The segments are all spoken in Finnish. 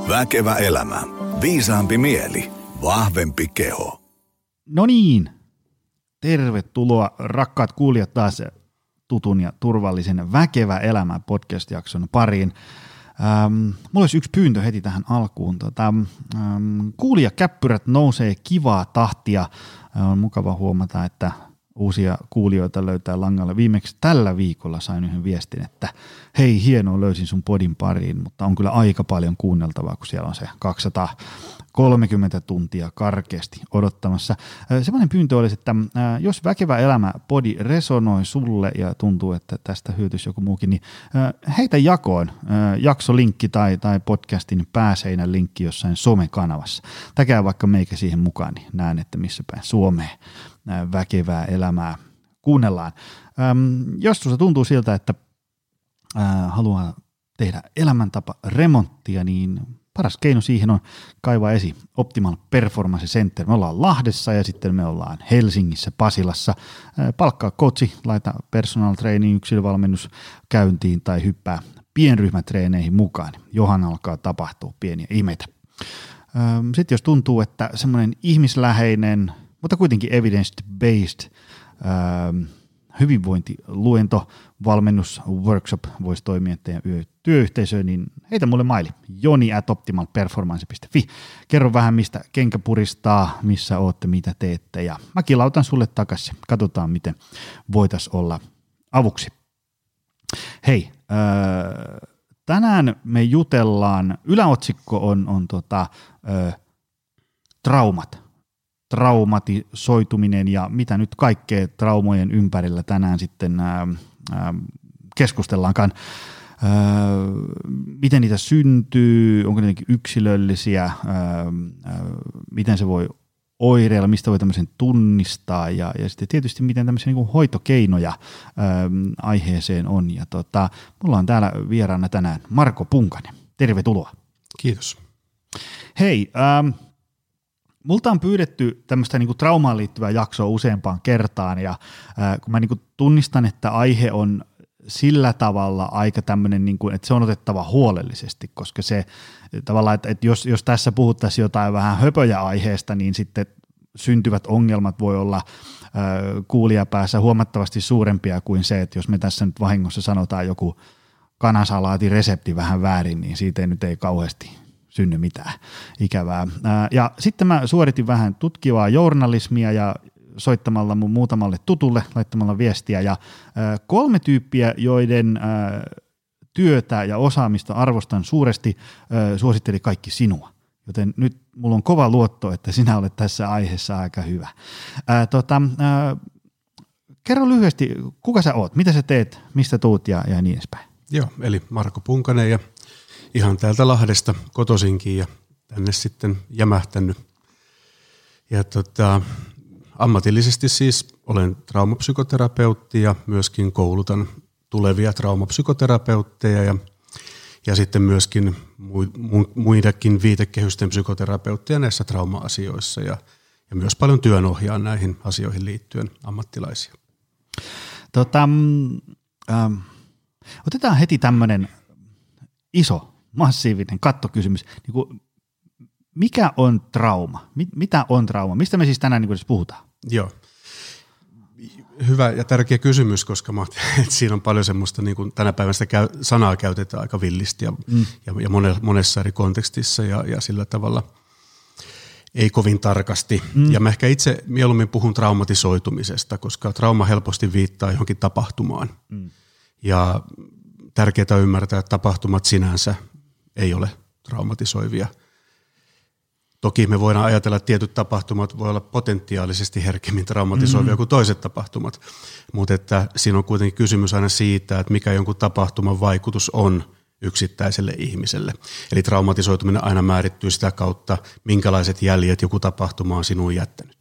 Väkevä elämä. Viisaampi mieli. Vahvempi keho. No niin, tervetuloa rakkaat kuulijat taas tutun ja turvallisen Väkevä elämä podcast-jakson pariin. Mulla olisi yksi pyyntö heti tähän alkuun. Kuulijakäppyrät nousee kivaa tahtia. On mukava huomata, että uusia kuulijoita löytää langalle. Viimeksi tällä viikolla sain yhden viestin, että hei, hienoa, löysin sun podin pariin, mutta on kyllä aika paljon kuunneltavaa, kun siellä on se 230 tuntia karkeasti odottamassa. Semmoinen pyyntö olisi, että jos Väkevä elämä podi resonoi sulle ja tuntuu, että tästä hyötyisi joku muukin, niin heitä jakoon jaksolinkki tai podcastin pääseinän linkki jossain somekanavassa. Täkää vaikka meikä siihen mukaan, niin näen, että missä päin Suomeen väkevää elämää kuunnellaan. Jos susta tuntuu siltä, että haluaa tehdä elämäntapa remonttia, niin paras keino siihen on kaivaa esiin Optimal Performance Center. Me ollaan Lahdessa ja sitten me ollaan Helsingissä, Pasilassa. Palkkaa coachi, laita personal training, yksilövalmennus käyntiin tai hyppää pienryhmätreeneihin mukaan. Johan alkaa tapahtua pieniä imeitä. Sitten jos tuntuu, että semmoinen ihmisläheinen, mutta kuitenkin evidence-based hyvinvointiluento, valmennus, workshop voisi toimia teidän työyhteisöön, niin heitä mulle maili joni@optimalperformance.fi. Kerro vähän, mistä kenkä puristaa, missä ootte, mitä teette, ja mä kilautan sulle takaisin. Katsotaan, miten voitaisiin olla avuksi. Hei, tänään me jutellaan, yläotsikko on traumat. Traumatisoituminen ja mitä nyt kaikkea traumojen ympärillä tänään sitten keskustellaankaan. Miten niitä syntyy, onko ne yksilöllisiä, miten se voi oireilla, mistä voi tämmöisen tunnistaa ja sitten tietysti miten tämmöisiä niin kuin hoitokeinoja aiheeseen on. Ja mulla on täällä vieraana tänään Marko Punkanen. Tervetuloa. Kiitos. Hei, multa on pyydetty tämmöistä niinku traumaan liittyvää jaksoa useampaan kertaan ja kun mä niinku tunnistan, että aihe on sillä tavalla aika tämmöinen, niinku, että se on otettava huolellisesti, koska se tavallaan, että jos tässä puhuttaisiin jotain vähän höpöjä aiheesta, niin sitten syntyvät ongelmat voi olla kuulijapäässä huomattavasti suurempia kuin se, että jos me tässä nyt vahingossa sanotaan joku kanasalaatin resepti vähän väärin, niin siitä ei kauheasti synny mitään ikävää. Ja sitten mä suoritin vähän tutkivaa journalismia ja soittamalla mun muutamalle tutulle, laittamalla viestiä ja 3 tyyppiä, joiden työtä ja osaamista arvostan suuresti, suositteli kaikki sinua. Joten nyt mulla on kova luotto, että sinä olet tässä aiheessa aika hyvä. Kerro lyhyesti, kuka sä oot, mitä sä teet, mistä tuut ja niin edespäin. Joo, eli Marko Punkanen ja ihan täältä Lahdesta kotoisinkin ja tänne sitten jämähtänyt. Ja ammatillisesti siis olen traumapsykoterapeutti ja myöskin koulutan tulevia traumapsykoterapeutteja ja sitten myöskin muidakin viitekehysten psykoterapeutteja näissä trauma-asioissa ja myös paljon työnohjaan näihin asioihin liittyen ammattilaisia. Otetaan heti tämmöinen iso, massiivinen kattokysymys. Mikä on trauma? Mitä on trauma? Mistä me siis tänään puhutaan? Joo. Hyvä ja tärkeä kysymys, koska siinä on paljon semmoista, niin kuin tänä päivänä sitä sanaa käytetään aika villisti ja monessa eri kontekstissa ja sillä tavalla ei kovin tarkasti. Ja mä ehkä itse mieluummin puhun traumatisoitumisesta, koska trauma helposti viittaa johonkin tapahtumaan. Ja tärkeää ymmärtää, että tapahtumat sinänsä ei ole traumatisoivia. Toki me voidaan ajatella, että tietyt tapahtumat voi olla potentiaalisesti herkemmin traumatisoivia kuin toiset tapahtumat, mutta että siinä on kuitenkin kysymys aina siitä, että mikä jonkun tapahtuman vaikutus on yksittäiselle ihmiselle. Eli traumatisoituminen aina määrittyy sitä kautta, minkälaiset jäljet joku tapahtuma on sinuun jättänyt.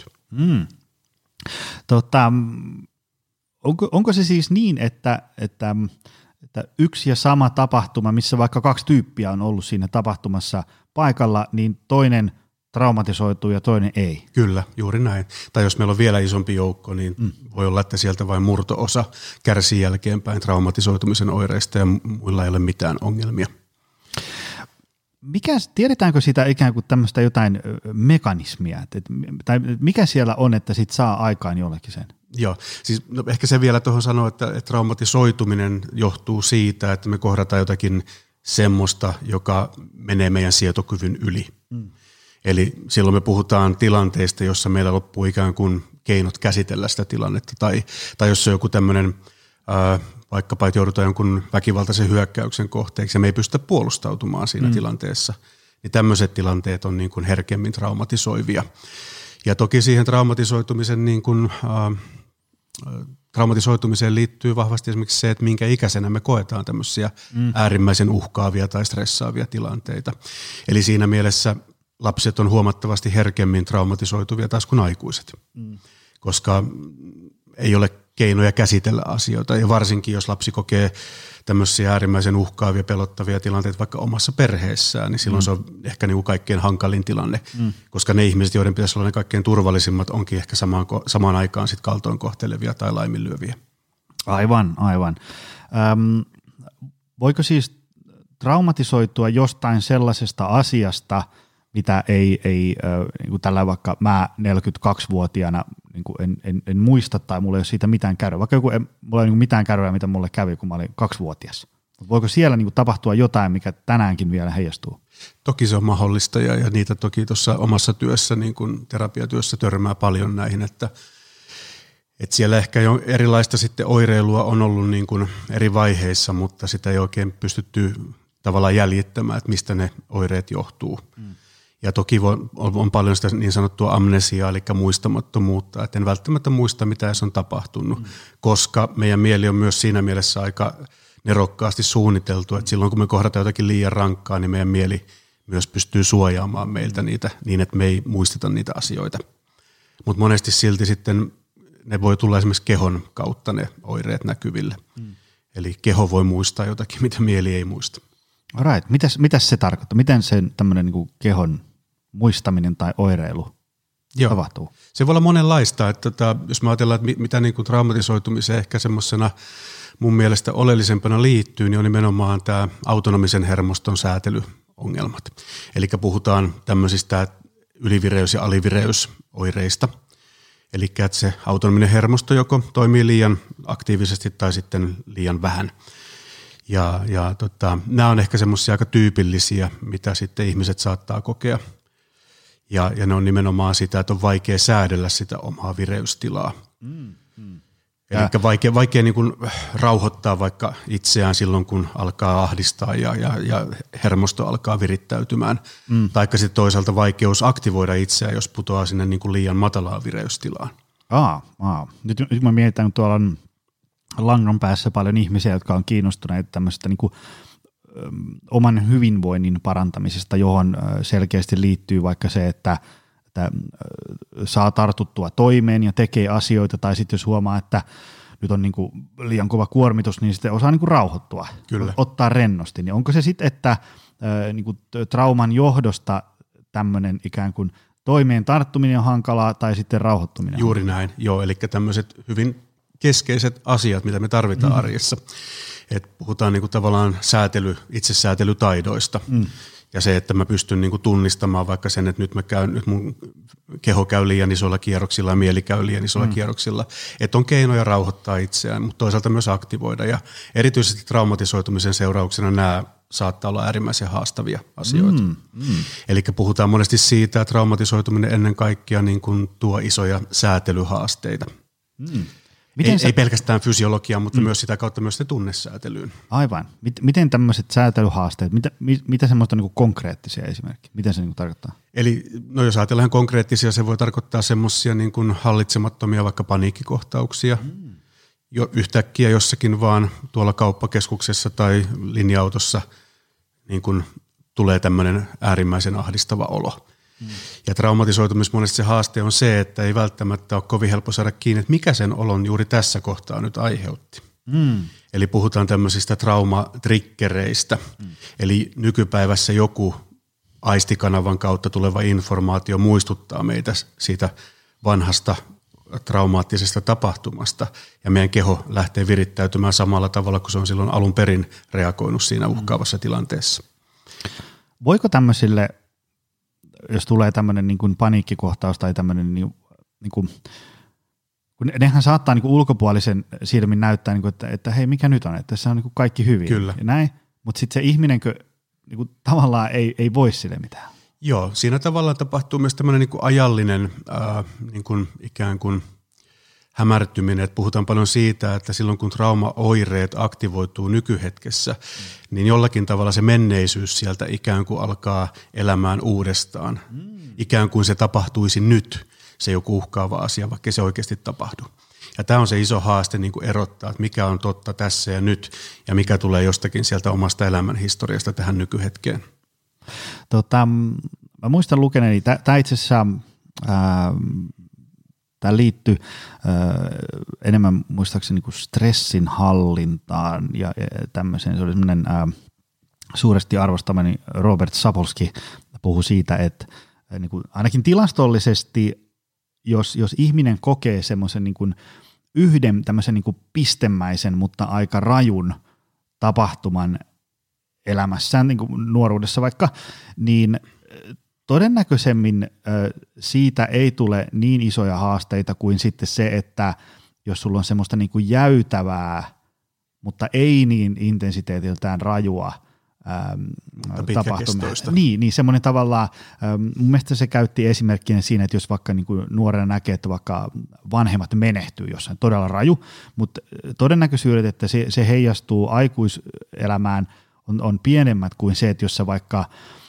Onko se siis niin, että yksi ja sama tapahtuma, missä vaikka 2 tyyppiä on ollut siinä tapahtumassa paikalla, niin toinen traumatisoituu ja toinen ei? Kyllä, juuri näin. Tai jos meillä on vielä isompi joukko, niin voi olla, että sieltä vain murto-osa kärsii jälkeenpäin traumatisoitumisen oireista ja muilla ei ole mitään ongelmia. tiedetäänkö sitä ikään kuin tämmöistä jotain mekanismia, tai mikä siellä on, että sit saa aikaan jollekin sen? Joo, siis ehkä se vielä tuohon sanoo, että traumatisoituminen johtuu siitä, että me kohdataan jotakin semmoista, joka menee meidän sietokyvyn yli. Eli silloin me puhutaan tilanteista, jossa meillä loppuu ikään kuin keinot käsitellä sitä tilannetta, tai jos on joku tämmöinen, vaikkapa että joudutaan jonkun väkivaltaisen hyökkäyksen kohteeksi ja me ei pystytä puolustautumaan siinä tilanteessa, niin tämmöiset tilanteet on niin kuin herkemmin traumatisoivia. Ja toki siihen traumatisoitumiseen liittyy vahvasti esimerkiksi se, että minkä ikäisenä me koetaan tämmöisiä äärimmäisen uhkaavia tai stressaavia tilanteita. Eli siinä mielessä lapset on huomattavasti herkemmin traumatisoituvia taas kuin aikuiset, koska ei ole keinoja käsitellä asioita. Ja varsinkin, jos lapsi kokee tämmöisiä äärimmäisen uhkaavia, pelottavia tilanteita vaikka omassa perheessään, niin silloin se on ehkä niin kuin kaikkein hankalin tilanne, koska ne ihmiset, joiden pitäisi olla ne kaikkein turvallisimmat, onkin ehkä samaan aikaan sit kaltoinkohtelevia tai laiminlyöviä. Aivan. Voiko siis traumatisoitua jostain sellaisesta asiasta, mitä ei niin kuin tällä vaikka mä 42-vuotiaana niin kuin en muista tai mulla ei ole siitä mitään kärryä. Vaikka mulla ei ole niin mitään kärryä, mitä mulle kävi, kun mä olin 2-vuotias. Voiko siellä niin kuin tapahtua jotain, mikä tänäänkin vielä heijastuu? Toki se on mahdollista ja niitä toki tuossa omassa työssä, niin kuin terapiatyössä törmää paljon näihin, että siellä ehkä jo erilaista sitten oireilua on ollut niin kuin eri vaiheissa, mutta sitä ei oikein pystytty tavallaan jäljittämään, että mistä ne oireet johtuu. Ja toki on paljon sitä niin sanottua amnesiaa, eli muistamattomuutta, että en välttämättä muista, mitä edes on tapahtunut, koska meidän mieli on myös siinä mielessä aika nerokkaasti suunniteltu, että silloin kun me kohdataan jotakin liian rankkaa, niin meidän mieli myös pystyy suojaamaan meiltä niitä niin, että me ei muisteta niitä asioita. Mutta monesti silti sitten ne voi tulla esimerkiksi kehon kautta ne oireet näkyville. Eli keho voi muistaa jotakin, mitä mieli ei muista. Right. Mitäs se tarkoittaa? Miten se tämmöinen niin kuin kehon muistaminen tai oireilu tapahtuu? Se voi olla monenlaista. Että jos me ajatellaan, että mitä niin kuin traumatisoitumiseen ehkä semmoisena mun mielestä oleellisempana liittyy, niin on nimenomaan tämä autonomisen hermoston säätelyongelmat. Eli puhutaan tämmöisistä ylivireys- ja alivireysoireista. Eli että se autonominen hermosto joko toimii liian aktiivisesti tai sitten liian vähän. Ja nämä on ehkä semmoisia aika tyypillisiä, mitä sitten ihmiset saattaa kokea. Ja ne on nimenomaan sitä, että on vaikea säädellä sitä omaa vireystilaa. Eli vaikea niin kuin rauhoittaa vaikka itseään silloin, kun alkaa ahdistaa ja hermosto alkaa virittäytymään. Taikka sitten toisaalta vaikeus aktivoida itseään, jos putoaa sinne niin kuin liian matalaan vireystilaan. Nyt mä mietitään, tuolla on langan päässä paljon ihmisiä, jotka on kiinnostuneita tämmöisestä niin kuin oman hyvinvoinnin parantamisesta, johon selkeästi liittyy vaikka se, että saa tartuttua toimeen ja tekee asioita, tai sitten jos huomaa, että nyt on niin kuin liian kova kuormitus, niin sitten osaa niin kuin rauhoittua, ottaa rennosti. Niin onko se sitten, että niin kuin trauman johdosta tämmöinen ikään kuin toimeen tarttuminen on hankalaa tai sitten rauhoittuminen? Juuri näin, joo, eli tämmöiset hyvin keskeiset asiat, mitä me tarvitaan arjessa. Et puhutaan niinku tavallaan itsesäätelytaidoista. Ja se, että mä pystyn niinku tunnistamaan vaikka sen, että nyt mun keho käy liian isoilla kierroksilla ja mieli käy liian isoilla kierroksilla. Että on keinoja rauhoittaa itseään, mutta toisaalta myös aktivoida. Ja erityisesti traumatisoitumisen seurauksena nämä saattaa olla äärimmäisen haastavia asioita. Eli puhutaan monesti siitä, että traumatisoituminen ennen kaikkea niin kuin tuo isoja säätelyhaasteita. Ei pelkästään fysiologiaa, mutta myös sitä kautta myös se tunnesäätelyyn. Aivan. Miten tämmöiset säätelyhaasteet, mitä semmoista niin kuin konkreettisia esimerkkejä, miten se niin kuin tarkoittaa? Eli jos ajatellaan konkreettisia, se voi tarkoittaa semmoisia niin kuin hallitsemattomia vaikka paniikkikohtauksia. Jo yhtäkkiä jossakin vaan tuolla kauppakeskuksessa tai linja-autossa niin kuin tulee tämmöinen äärimmäisen ahdistava olo. Ja traumatisoitumis monesti se haaste on se, että ei välttämättä ole kovin helppo saada kiinni, että mikä sen olon juuri tässä kohtaa nyt aiheutti. Eli puhutaan tämmöisistä traumatriggereistä. Eli nykypäivässä joku aistikanavan kautta tuleva informaatio muistuttaa meitä siitä vanhasta traumaattisesta tapahtumasta, ja meidän keho lähtee virittäytymään samalla tavalla kuin se on silloin alun perin reagoinut siinä uhkaavassa tilanteessa. voiko tämmöisille, jos tulee tämmöinen niin kuin paniikkikohtaus tai tämmöinen, niin kuin, kun nehän saattaa niin kuin ulkopuolisen silmin näyttää, niin kuin, että hei, mikä nyt on, että tässä on niin kuin kaikki hyvin. Kyllä. Ja näin, mutta sitten se ihminenkö niin kuin tavallaan ei voi sille mitään. Joo, siinä tavallaan tapahtuu myös tämmöinen niin kuin ajallinen niin kuin ikään kuin hämärtyminen, että puhutaan paljon siitä, että silloin kun traumaoireet aktivoituu nykyhetkessä, niin jollakin tavalla se menneisyys sieltä ikään kuin alkaa elämään uudestaan. Ikään kuin se tapahtuisi nyt, se joku uhkaava asia, vaikka se oikeasti tapahdu. Ja tämä on se iso haaste niin kuin erottaa, että mikä on totta tässä ja nyt, ja mikä tulee jostakin sieltä omasta elämän historiasta tähän nykyhetkeen. Mä muistan lukeneeni, tämä itse asiassa tämä liittyy enemmän muistaakseni niin kuin stressin hallintaan ja tämmöiseen. Se oli semmoinen suuresti arvostamani Robert Sapolsky puhui siitä, että niin kuin ainakin tilastollisesti, jos ihminen kokee semmoisen niin kuin yhden tämmöisen niin kuin pistemäisen, mutta aika rajun tapahtuman elämässään niin kuin nuoruudessa vaikka, niin todennäköisemmin siitä ei tule niin isoja haasteita kuin sitten se, että jos sulla on semmoista niin kuin jäytävää, mutta ei niin intensiteetiltään rajua tapahtumia. Niin semmoinen tavallaan, mun mielestä se käytti esimerkkinä siinä, että jos vaikka niin kuin nuorena näkee, että vaikka vanhemmat menehtyy jossain todella raju, mutta todennäköisyydet, että se heijastuu aikuiselämään on pienemmät kuin se, että jos sä vaikka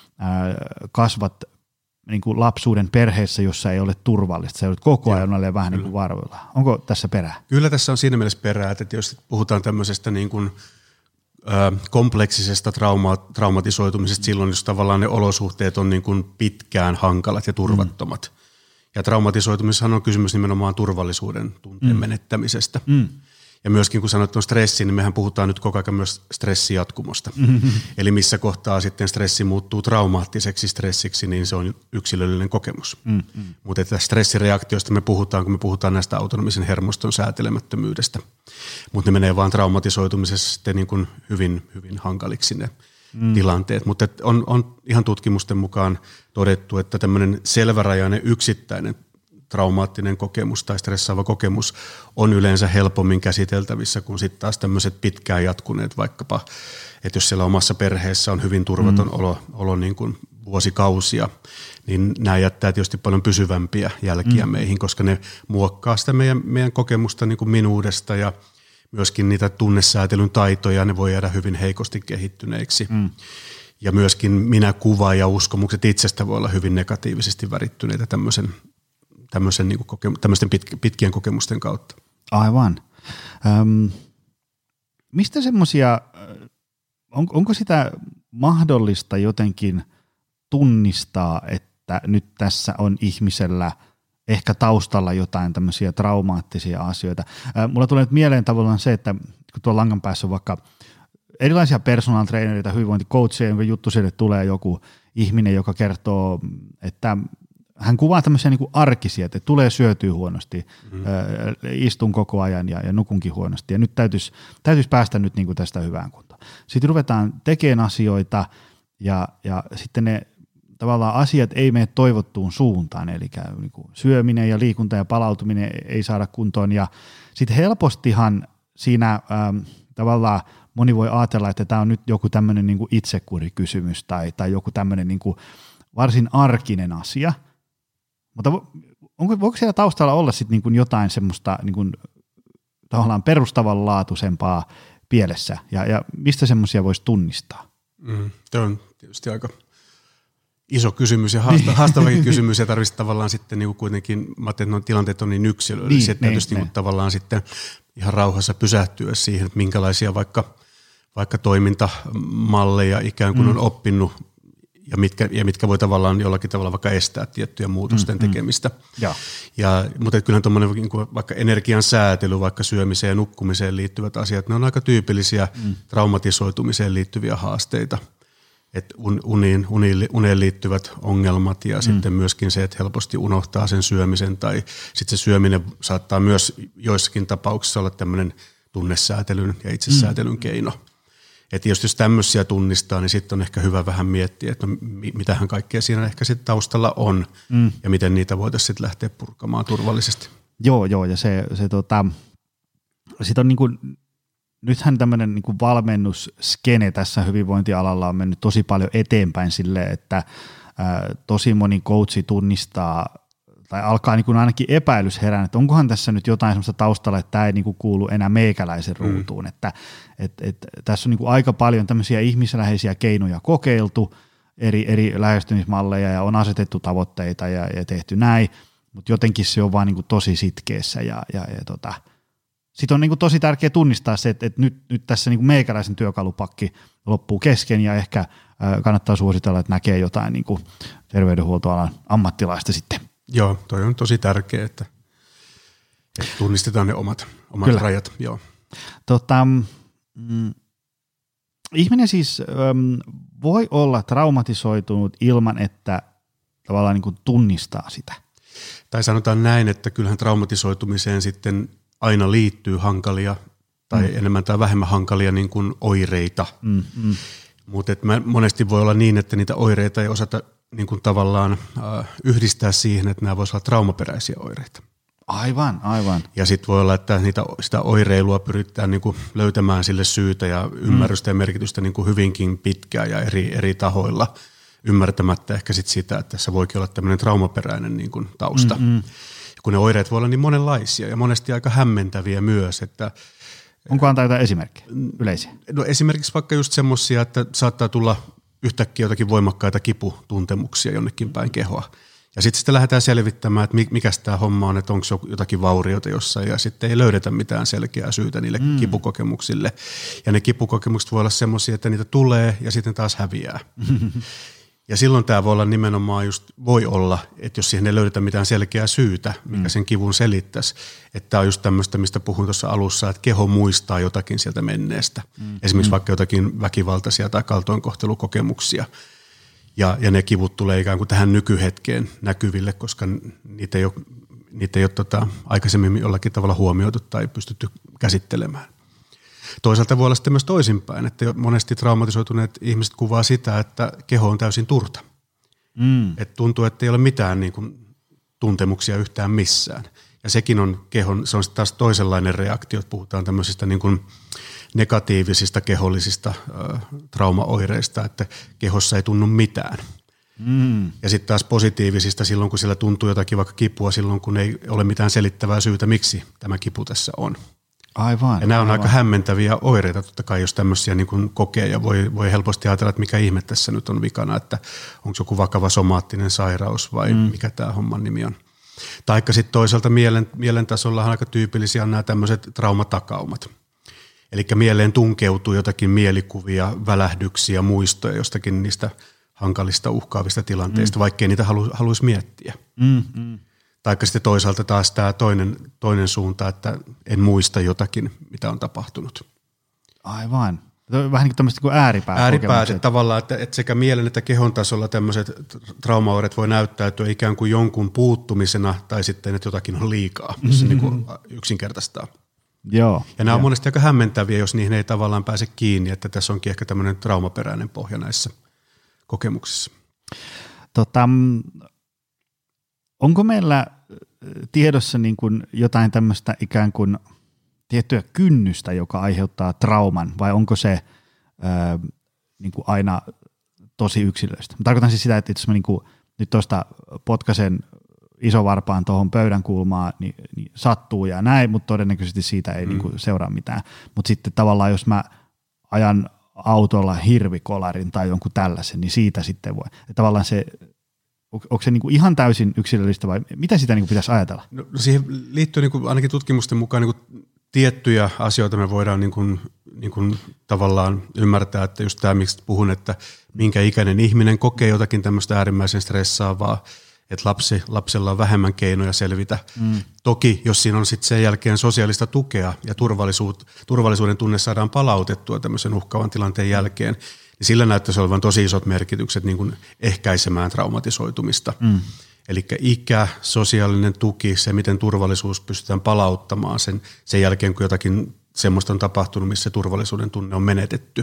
kasvat niin kuin lapsuuden perheessä, jossa ei ole turvallista. Se on koko ajan ole vähän niin kuin varoilla. Onko tässä perää? Kyllä tässä on siinä mielessä perää, että jos puhutaan tämmöisestä niin kuin kompleksisesta traumatisoitumisesta silloin, jos tavallaan ne olosuhteet on niin kuin pitkään hankalat ja turvattomat. Ja traumatisoitumisessahan on kysymys nimenomaan turvallisuuden tunteen menettämisestä. Ja myöskin kun sanot tuon stressin, niin mehän puhutaan nyt koko ajan myös stressijatkumosta. Eli missä kohtaa sitten stressi muuttuu traumaattiseksi stressiksi, niin se on yksilöllinen kokemus. Mutta että stressireaktioista me puhutaan, kun me puhutaan näistä autonomisen hermoston säätelemättömyydestä. Mutta ne menee vaan traumatisoitumisessa sitten niin kuin hyvin, hyvin hankaliksi ne tilanteet. Mutta on ihan tutkimusten mukaan todettu, että tämmöinen selvärajainen yksittäinen traumaattinen kokemus tai stressaava kokemus on yleensä helpommin käsiteltävissä kuin sitten taas tämmöiset pitkään jatkuneet vaikkapa, että jos siellä omassa perheessä on hyvin turvaton olo niin kuin vuosikausia, niin nämä jättää tietysti paljon pysyvämpiä jälkiä meihin, koska ne muokkaa sitä meidän kokemusta niin kuin minuudesta ja myöskin niitä tunnesäätelyn taitoja, ne voi jäädä hyvin heikosti kehittyneiksi. Ja myöskin minäkuva ja uskomukset itsestä voi olla hyvin negatiivisesti värittyneitä tämmöisten pitkien kokemusten kautta. Aivan. Mistä semmoisia, onko sitä mahdollista jotenkin tunnistaa, että nyt tässä on ihmisellä ehkä taustalla jotain tämmöisiä traumaattisia asioita? Mulla tulee nyt mieleen tavallaan se, että kun tuolla langan päässä on vaikka erilaisia personal trainereita, hyvinvointicoacheja, jonka juttu sille tulee joku ihminen, joka kertoo, että hän kuvaa tämmöisiä niin kuin arkisia, että tulee syötyä huonosti, istun koko ajan ja nukunkin huonosti. Ja nyt täytyisi päästä nyt niin kuin tästä hyvään kuntoon. Sitten ruvetaan tekemään asioita ja sitten ne tavallaan asiat ei mene toivottuun suuntaan. Eli niin kuin syöminen ja liikunta ja palautuminen ei saada kuntoon. Ja sitten helpostihan siinä tavallaan moni voi ajatella, että tämä on nyt joku tämmöinen niin kuin itsekurikysymys tai joku tämmöinen niin kuin varsin arkinen asia. Mutta voiko siellä taustalla olla sitten niin kuin jotain semmoista niin kuin tavallaan perustavanlaatuisempaa pielessä ja mistä semmoisia voisi tunnistaa? Tämä on tietysti aika iso kysymys ja haastavakin kysymys ja tarvitsisi tavallaan sitten niin kuin kuitenkin, mä ajattelin, että tilanteet on niin yksilöllisiä, että täytyisi niin kuin tavallaan sitten ihan rauhassa pysähtyä siihen, että minkälaisia vaikka toimintamalleja ikään kuin on oppinut ja mitkä voi tavallaan jollakin tavalla vaikka estää tiettyjä muutosten tekemistä. Mutta kyllähän tuommoinen vaikka energian säätely, vaikka syömiseen ja nukkumiseen liittyvät asiat, ne on aika tyypillisiä traumatisoitumiseen liittyviä haasteita. Että uneen liittyvät ongelmat ja sitten myöskin se, että helposti unohtaa sen syömisen tai sitten se syöminen saattaa myös joissakin tapauksissa olla tämmöinen tunnesäätelyn ja itsesäätelyn keino. Että jos tämmöisiä tunnistaa, niin sitten on ehkä hyvä vähän miettiä, että mitähän kaikkea siinä ehkä sitten taustalla on ja miten niitä voitaisiin sitten lähteä purkamaan turvallisesti. Joo, ja sit on niinku, nythän tämmöinen niinku valmennusskene tässä hyvinvointialalla on mennyt tosi paljon eteenpäin silleen, että tosi moni coachi tunnistaa tai alkaa niin kuin ainakin epäilys herään, että onkohan tässä nyt jotain sellaista taustalla, että tämä ei niin kuin kuulu enää meikäläisen ruutuun, että tässä on niin kuin aika paljon tämmöisiä ihmisläheisiä keinoja kokeiltu, eri lähestymismalleja ja on asetettu tavoitteita ja tehty näin, mutta jotenkin se on vaan niin kuin tosi sitkeässä sitten on niin kuin tosi tärkeää tunnistaa se, että nyt tässä niin kuin meikäläisen työkalupakki loppuu kesken ja ehkä kannattaa suositella, että näkee jotain niin kuin terveydenhuoltoalan ammattilaista sitten. Joo, toi on tosi tärkeää, että tunnistetaan ne omat rajat. Joo. Ihminen siis voi olla traumatisoitunut ilman, että tavallaan niin kuin tunnistaa sitä. Tai sanotaan näin, että kyllähän traumatisoitumiseen sitten aina liittyy hankalia tai enemmän tai vähemmän hankalia niin kuin oireita. Mutta monesti voi olla niin, että niitä oireita ei osata niin kuin tavallaan yhdistää siihen, että nämä voisivat olla traumaperäisiä oireita. Aivan. Ja sitten voi olla, että sitä oireilua pyritään niin kuin löytämään sille syytä ja ymmärrystä ja merkitystä niin kuin hyvinkin pitkään ja eri tahoilla ymmärtämättä ehkä sit sitä, että tässä voikin olla tämmöinen traumaperäinen niin kuin tausta. Ja kun ne oireet voi olla niin monenlaisia ja monesti aika hämmentäviä myös, että onko antaa jotain esimerkkejä yleisiä? No esimerkiksi vaikka just semmoisia, että saattaa tulla yhtäkkiä jotakin voimakkaita kiputuntemuksia jonnekin päin kehoa. Ja sitten sitä lähdetään selvittämään, että mikä tämä homma on, että onko jotakin vaurioita jossain, ja sitten ei löydetä mitään selkeää syytä niille kipukokemuksille. Ja ne kipukokemukset voi olla semmoisia, että niitä tulee ja sitten taas häviää. Ja silloin tämä voi olla nimenomaan voi olla, että jos siihen ei löydetä mitään selkeää syytä, mikä sen kivun selittäisi, että tämä on just tämmöistä, mistä puhuin tuossa alussa, että keho muistaa jotakin sieltä menneestä. Esimerkiksi vaikka jotakin väkivaltaisia tai kaltoinkohtelukokemuksia. Ja ne kivut tulee ikään kuin tähän nykyhetkeen näkyville, koska niitä ei ole aikaisemmin jollakin tavalla huomioitu tai pystytty käsittelemään. Toisaalta voi olla sitten myös toisinpäin, että monesti traumatisoituneet ihmiset kuvaa sitä, että keho on täysin turta. Että tuntuu, että ei ole mitään niin kuin tuntemuksia yhtään missään. Ja sekin on se on taas toisenlainen reaktio, että puhutaan tämmöisistä niin kuin negatiivisista kehollisista traumaoireista, että kehossa ei tunnu mitään. Ja sitten taas positiivisista silloin, kun siellä tuntuu jotakin vaikka kipua, silloin kun ei ole mitään selittävää syytä, miksi tämä kipu tässä on. Aivan. Ja nämä on aika hämmentäviä oireita totta kai, jos tämmöisiä niin kuin kokee ja voi helposti ajatella, että mikä ihme tässä nyt on vikana, että onko joku vakava somaattinen sairaus vai mikä tämä homman nimi on. Taikka sitten toisaalta mielen tasolla aika tyypillisiä on nämä tämmöiset traumatakaumat. Eli mieleen tunkeutuu jotakin mielikuvia, välähdyksiä, muistoja jostakin niistä hankalista uhkaavista tilanteista, vaikkei niitä haluaisi miettiä. Taikka sitten toisaalta taas tämä toinen suunta, että en muista jotakin, mitä on tapahtunut. Aivan. Vähän niin kuin tämmöistä kuin ääripäät, että tavallaan, että sekä mielen että kehon tasolla tämmöiset traumaoireet voi näyttäytyä ikään kuin jonkun puuttumisena tai sitten, että jotakin on liikaa, jos se niin kuin yksinkertaistaa. Joo. Ja nämä on monesti aika hämmentäviä, jos niihin ei tavallaan pääse kiinni, että tässä onkin ehkä tämmöinen traumaperäinen pohja näissä kokemuksissa. Onko meillä tiedossa niin kuin jotain tämmöistä ikään kuin tiettyä kynnystä, joka aiheuttaa trauman, vai onko se niin kuin aina tosi yksilöistä? Mä tarkoitan siis sitä, että jos mä niin kuin nyt tuosta potkasen isovarpaan tuohon pöydän kulmaan, niin sattuu ja näin, mutta todennäköisesti siitä ei niin kuin seuraa mitään. Mutta sitten tavallaan, jos mä ajan autolla hirvikolarin tai jonkun tällaisen, niin siitä sitten voi. Ja tavallaan se, onko se niin kuin ihan täysin yksilöllistä vai mitä sitä niin kuin pitäisi ajatella? No, siihen liittyy niin kuin ainakin tutkimusten mukaan niin kuin tiettyjä asioita me voidaan niin kuin tavallaan ymmärtää, että just tämä, miksi puhun, että minkä ikäinen ihminen kokee jotakin tämmöistä äärimmäisen stressaavaa, että lapsella on vähemmän keinoja selvitä. Toki, jos siinä on sitten sen jälkeen sosiaalista tukea ja turvallisuuden tunne saadaan palautettua tämmöisen uhkaavan tilanteen jälkeen, niin sillä näyttäisi olevan tosi isot merkitykset niin kuin ehkäisemään traumatisoitumista. Eli ikä, sosiaalinen tuki, se miten turvallisuus pystytään palauttamaan sen jälkeen, kun jotakin semmoista on tapahtunut, missä turvallisuuden tunne on menetetty.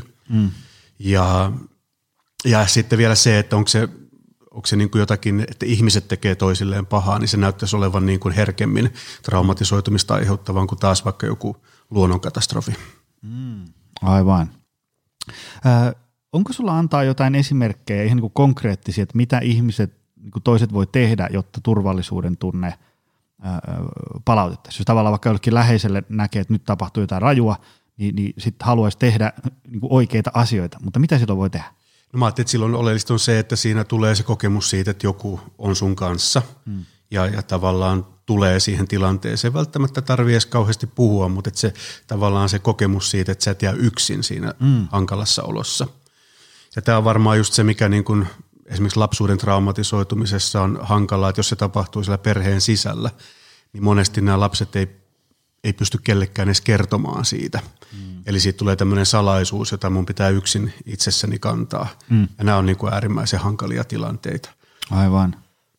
Ja sitten vielä se, että onko se niin kuin jotakin, että ihmiset tekee toisilleen pahaa, niin se näyttäisi olevan niin kuin herkemmin traumatisoitumista aiheuttavan kuin taas vaikka joku luonnonkatastrofi. Aivan. Onko sulla antaa jotain esimerkkejä ihan niin kuin konkreettisia, että mitä ihmiset, niin kuin toiset voi tehdä, jotta turvallisuuden tunne palautettaisiin? Jos tavallaan vaikka jollekin läheiselle näkee, että nyt tapahtuu jotain rajua, niin sitten haluaisi tehdä niin kuin oikeita asioita, mutta mitä silloin voi tehdä? No mä ajattelin, että silloin oleellista on se, että siinä tulee se kokemus siitä, että joku on sun kanssa ja tavallaan tulee siihen tilanteeseen. Välttämättä tarvii edes kauheasti puhua, mutta että se tavallaan se kokemus siitä, että sä et jää yksin siinä hankalassa olossa. Ja tämä on varmaan just se, mikä niin kuin esimerkiksi lapsuuden traumatisoitumisessa on hankalaa, että jos se tapahtuu siellä perheen sisällä, niin monesti nämä lapset ei pysty kellekään edes kertomaan siitä. Eli siitä tulee tämmöinen salaisuus, jota mun pitää yksin itsessäni kantaa. Ja nämä on niin kuin äärimmäisen hankalia tilanteita. Aivan.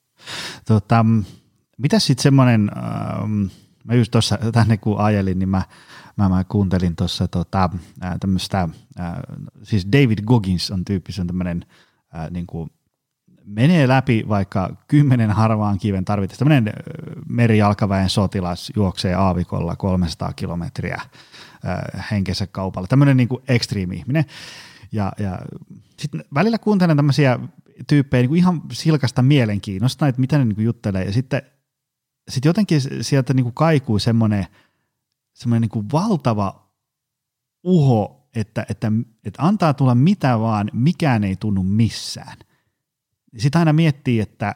Mitäs sitten semmoinen, mä just tuossa tänne kun ajelin, niin mä kuuntelin tuossa tämmöistä, siis David Goggins on tyyppi, se on tämmöinen niin kuin menee läpi vaikka 10 harvaan kiven tarvitse. Tämmöinen merijalkaväen sotilas juoksee aavikolla 300 kilometriä henkensä kaupalla. Tämmöinen niin kuin ekstriimi ihminen. Ja sitten välillä kuuntelen tämmöisiä tyyppejä niin kuin ihan silkasta mielenkiinnosta, että mitä ne niin kuin juttelee. Ja sitten jotenkin sieltä niin kuin kaikuu semmoinen niin kuin valtava uho, että antaa tulla mitä vaan, mikään ei tunnu missään. Sitten aina miettii, että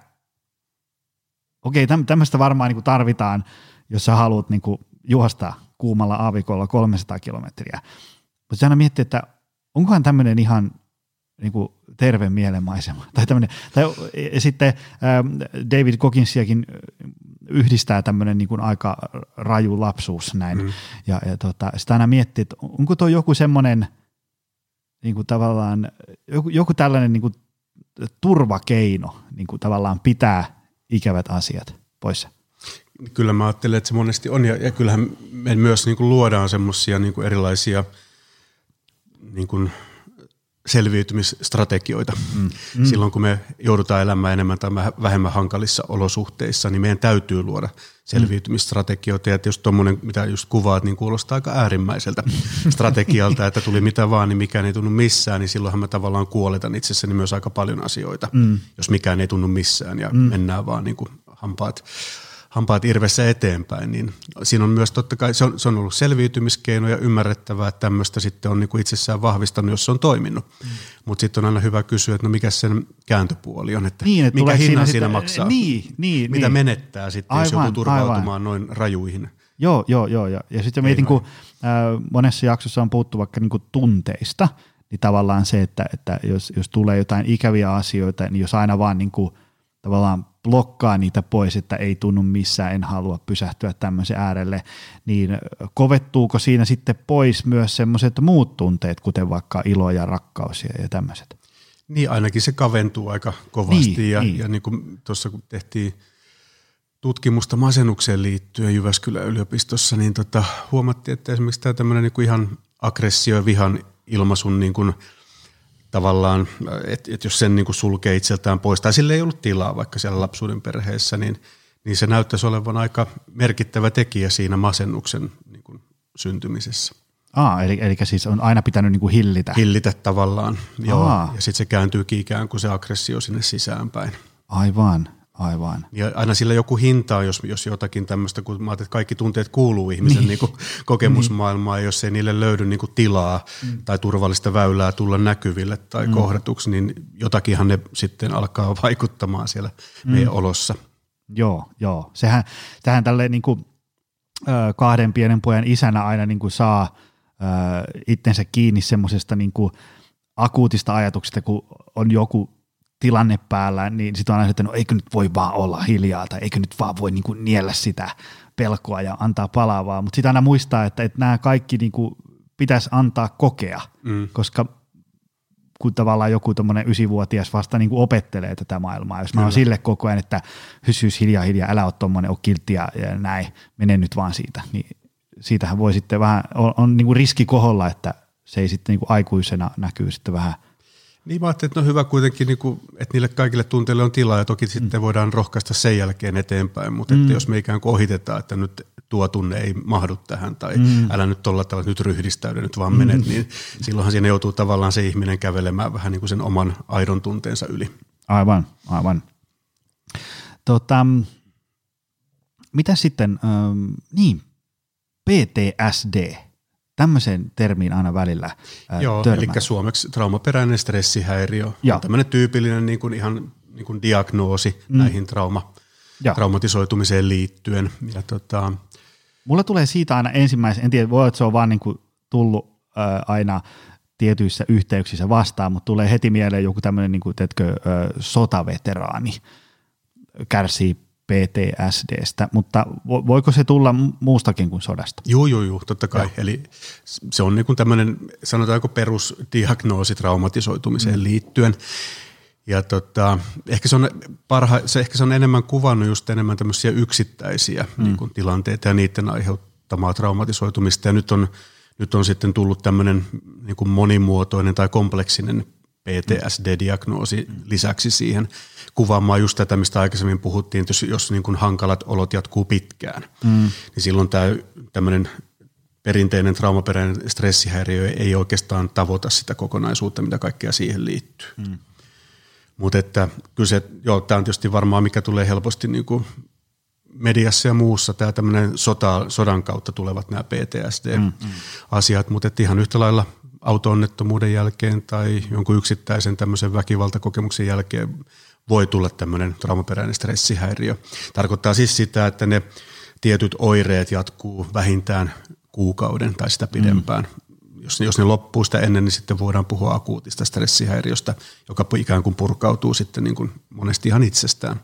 okei, tämmöistä varmaan niin kuin tarvitaan, jos sä haluat niin kuin juosta kuumalla aavikolla 300 kilometriä. Mutta aina miettii, että onkohan tämmöinen ihan niin kuin terve mielenmaisema. Tai sitten David Gogginsiakin yhdistää tämmöinen niin kuin aika raju lapsuus näin. Ja sitä aina miettii, että onko tuo joku semmoinen niin kuin tavallaan, joku tällainen niin kuin turvakeino niin kuin tavallaan pitää ikävät asiat poissa. Kyllä mä ajattelen, että se monesti on, ja kyllähän me myös niin kuin luodaan semmoisia niin kuin erilaisia niin kuin selviytymisstrategioita. Silloin kun me joudutaan elämään enemmän tai vähemmän hankalissa olosuhteissa, niin meidän täytyy luoda selviytymisstrategioita. Ja jos tuommoinen, mitä just kuvaat, niin kuulostaa aika äärimmäiseltä strategialta, että tuli mitä vaan, niin mikään ei tunnu missään, niin silloinhan mä tavallaan kuoletan itsessäni myös aika paljon asioita, jos mikään ei tunnu missään ja mennään vaan niin kuin hampaat irvessä eteenpäin, niin siinä on myös totta kai, se on ollut selviytymiskeino ja ymmärrettävää, että tämmöistä sitten on niin kuin itsessään vahvistanut, jos se on toiminut. Mutta sitten on aina hyvä kysyä, että no mikä sen kääntöpuoli on, että niin, mikä hinnan siinä maksaa, mitä niin. menettää sitten, jos joku turvautumaan noin rajuihin. Joo. Ja sitten mietin, kun monessa jaksossa on puhuttu vaikka niin kuin tunteista, niin tavallaan se, että jos tulee jotain ikäviä asioita, niin jos aina vaan niin kuin tavallaan blokkaa niitä pois, että ei tunnu missään, en halua pysähtyä tämmöisen äärelle, niin kovettuuko siinä sitten pois myös semmoiset muut tunteet, kuten vaikka ilo ja rakkaus ja tämmöiset? Niin, ainakin se kaventuu aika kovasti ja niin kuin tuossa kun tehtiin tutkimusta masennukseen liittyen Jyväskylän yliopistossa, niin huomattiin, että esimerkiksi tämä tämmöinen niin kuin ihan aggressio ja vihan ilmaisun niin kuin tavallaan, että jos sen niin kuin sulkee itseltään pois, tai sille ei ollut tilaa vaikka siellä lapsuuden perheessä, niin se näyttäisi olevan aika merkittävä tekijä siinä masennuksen niin kuin syntymisessä. Eli siis on aina pitänyt niin kuin hillitä. Hillitä tavallaan, joo. Ja sitten se kääntyykin ikään kuin se aggressio sinne sisäänpäin. Aivan. Ja aina sillä joku hinta on, jos jotakin tämmöistä, kun mä ajattelin, että kaikki tunteet kuuluu ihmisen niin kuin kokemusmaailmaan, ja jos ei niille löydy niin kuin tilaa tai turvallista väylää tulla näkyville tai kohdatuksi, niin jotakinhan ne sitten alkaa vaikuttamaan siellä meidän olossa. Joo. Tähän tälleen niin kuin, 2 pienen pojan isänä aina niin kuin saa itsensä kiinni semmoisesta niin kuin akuutista ajatuksesta, kun on joku tilanne päällä, niin sitten on aina, että no eikö nyt voi vaan olla hiljaa tai eikö nyt vaan voi niin kuin niellä sitä pelkoa ja antaa palavaa, mutta sitten aina muistaa, että nämä kaikki niin kuin pitäisi antaa kokea, koska kun tavallaan joku tommoinen 9-vuotias vasta niin kuin opettelee tätä maailmaa, jos mä oon sille koko ajan, että hys hiljaa, älä ole tommoinen, ole kiltti ja näin, mene nyt vaan siitä, niin siitähän voi sitten vähän, on niin kuin riski koholla, että se ei sitten niin kuin aikuisena näkyy sitten vähän. Niin mä ajattelin, että on hyvä kuitenkin, että niille kaikille tunteille on tilaa ja toki sitten voidaan rohkaista sen jälkeen eteenpäin, mutta että jos me ikään kuin ohitetaan, että nyt tuo tunne ei mahdu tähän tai älä nyt tolla tavalla, nyt ryhdistäydy, nyt vaan menet, niin silloinhan siinä joutuu tavallaan se ihminen kävelemään vähän niin kuin sen oman aidon tunteensa yli. Aivan. Mitä sitten, PTSD, tämmöisen termiin aina välillä Joo, törmää. eli suomeksi traumaperäinen stressihäiriö on tämmöinen tyypillinen niin kuin ihan niin kuin diagnoosi näihin traumatisoitumiseen liittyen. Ja mulla tulee siitä aina ensimmäisen, en tiedä, voi että se on vaan niin kuin tullut aina tietyissä yhteyksissä vastaan, mutta tulee heti mieleen joku tämmöinen niin kuin, sotaveteraani kärsii PTSDstä, mutta voiko se tulla muustakin kuin sodasta? Joo, totta kai. Joo. Eli se on niin kuin tämmöinen, sanotaanko perusdiagnoosi traumatisoitumiseen liittyen. Ja ehkä se on enemmän kuvannut just enemmän tämmöisiä yksittäisiä niin kuin tilanteita ja niiden aiheuttamaa traumatisoitumista. Ja nyt on sitten tullut tämmöinen niin kuin monimuotoinen tai kompleksinen PTSD-diagnoosi lisäksi siihen kuvaamaan just tätä, mistä aikaisemmin puhuttiin, että jos niin kuin hankalat olot jatkuu pitkään, niin silloin tämmöinen perinteinen traumaperäinen stressihäiriö ei oikeastaan tavoita sitä kokonaisuutta, mitä kaikkea siihen liittyy. Mutta että kyllä tämä on tietysti varmaan, mikä tulee helposti niin kuin mediassa ja muussa, tämä tämmöinen sodan kautta tulevat nämä PTSD-asiat, mutta ihan yhtä lailla auto-onnettomuuden jälkeen tai jonkun yksittäisen tämmöisen väkivaltakokemuksen jälkeen voi tulla tämmöinen traumaperäinen stressihäiriö. Tarkoittaa siis sitä, että ne tietyt oireet jatkuu vähintään kuukauden tai sitä pidempään. Jos ne loppuu sitä ennen, niin sitten voidaan puhua akuutista stressihäiriöstä, joka ikään kuin purkautuu sitten niin kuin monesti ihan itsestään.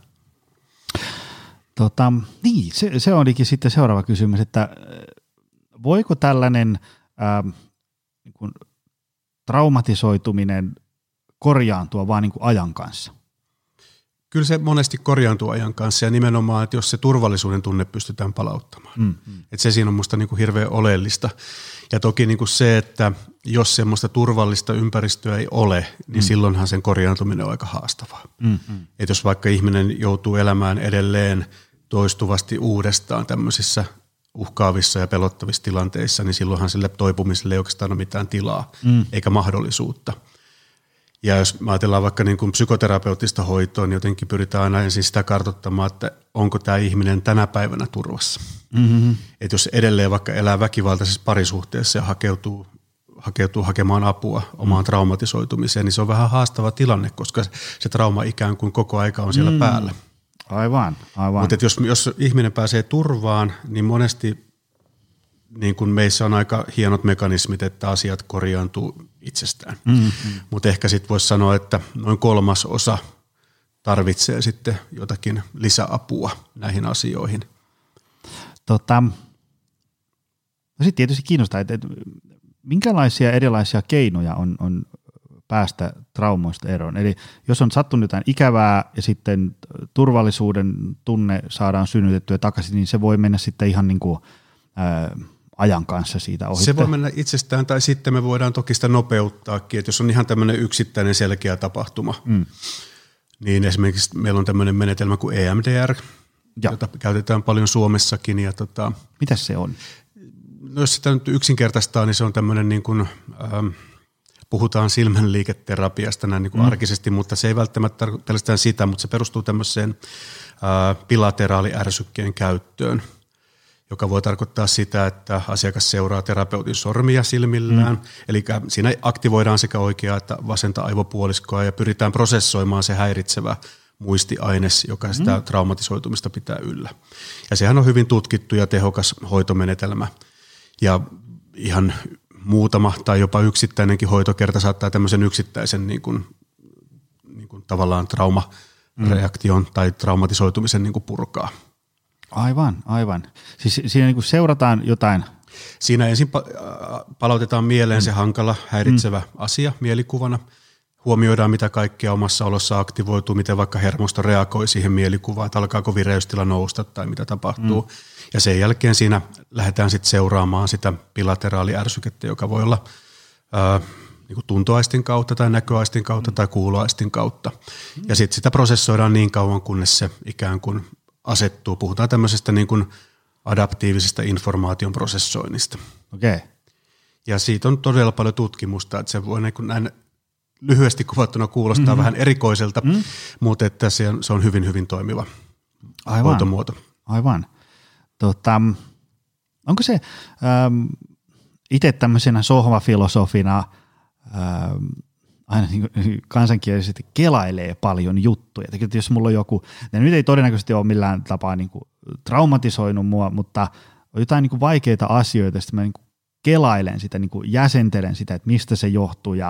Se olikin sitten seuraava kysymys, että voiko tällainen niin kuin traumatisoituminen korjaantua vaan niin kuin ajan kanssa? Kyllä se monesti korjaantuu ajan kanssa ja nimenomaan, että jos se turvallisuuden tunne pystytään palauttamaan. Että se siinä on musta niin kuin hirveän oleellista. Ja toki niin kuin se, että jos semmoista turvallista ympäristöä ei ole, niin silloinhan sen korjaantuminen on aika haastavaa. Että jos vaikka ihminen joutuu elämään edelleen toistuvasti uudestaan tämmöisissä uhkaavissa ja pelottavissa tilanteissa, niin silloinhan sille toipumiselle ei oikeastaan ole mitään tilaa eikä mahdollisuutta. Ja jos ajatellaan vaikka niin kuin psykoterapeuttista hoitoa, niin jotenkin pyritään aina ensin sitä kartoittamaan, että onko tämä ihminen tänä päivänä turvassa. Että jos edelleen vaikka elää väkivaltaisessa parisuhteessa ja hakeutuu hakemaan apua omaan traumatisoitumiseen, niin se on vähän haastava tilanne, koska se trauma ikään kuin koko aika on siellä päällä. Aivan. Mutta jos ihminen pääsee turvaan, niin monesti niin kuin meissä on aika hienot mekanismit, että asiat korjaantuu itsestään. Mutta ehkä sitten voisi sanoa, että noin 1/3 tarvitsee sitten jotakin lisäapua näihin asioihin. No sitten tietysti kiinnostaa, että minkälaisia erilaisia keinoja on päästä traumoista eroon. Eli jos on sattunut jotain ikävää ja sitten turvallisuuden tunne saadaan synnytettyä takaisin, niin se voi mennä sitten ihan niin kuin ajan kanssa siitä ohitte. Se voi mennä itsestään tai sitten me voidaan toki sitä nopeuttaakin, että jos on ihan tämmöinen yksittäinen selkeä tapahtuma, niin esimerkiksi meillä on tämmöinen menetelmä kuin EMDR, jota käytetään paljon Suomessakin. Ja mitäs se on? No jos sitä nyt yksinkertaistaa, niin se on tämmöinen niin kuin, puhutaan silmänliiketerapiasta näin niin kuin arkisesti, mutta se ei välttämättä tarkoita pelkästään sitä, mutta se perustuu tämmöiseen bilateraaliärsykkeen käyttöön, joka voi tarkoittaa sitä, että asiakas seuraa terapeutin sormia silmillään. Eli siinä aktivoidaan sekä oikeaa että vasenta aivopuoliskoa ja pyritään prosessoimaan se häiritsevä muistiaines, joka sitä traumatisoitumista pitää yllä. Ja sehän on hyvin tutkittu ja tehokas hoitomenetelmä. Ja ihan muutama tai jopa yksittäinenkin hoitokerta saattaa tämmöisen yksittäisen niin kuin tavallaan traumareaktion tai traumatisoitumisen niin kuin purkaa. Aivan. Siis siinä niin kuin seurataan jotain. Siinä ensin palautetaan mieleen se hankala, häiritsevä asia mielikuvana huomioidaan, mitä kaikkea omassa olossa aktivoituu, miten vaikka hermosto reagoi siihen mielikuvaan, että alkaako vireystila nousta tai mitä tapahtuu. Ja sen jälkeen siinä lähdetään sitten seuraamaan sitä bilateraaliärsykettä, joka voi olla niin kuin tuntoaistin kautta tai näköaistin kautta tai kuuloaistin kautta. Ja sitten sitä prosessoidaan niin kauan, kunnes se ikään kuin asettuu. Puhutaan tämmöisestä niin kuin adaptiivisesta informaation prosessoinnista. Okay. Ja siitä on todella paljon tutkimusta, että se voi niin kuin näin lyhyesti kuvattuna kuulostaa vähän erikoiselta, mutta että se on hyvin, hyvin toimiva hoitomuoto. Aivan. Onko se itse tämmöisenä sohvafilosofina aina niin kansankielisesti kelailee paljon juttuja. Että jos mulla on joku, ja nyt ei todennäköisesti ole millään tapaa niin kuin traumatisoinut mua, mutta on jotain niin kuin vaikeita asioita, sitten mä niin kuin kelailen sitä, niin kuin jäsentelen sitä, että mistä se johtuu ja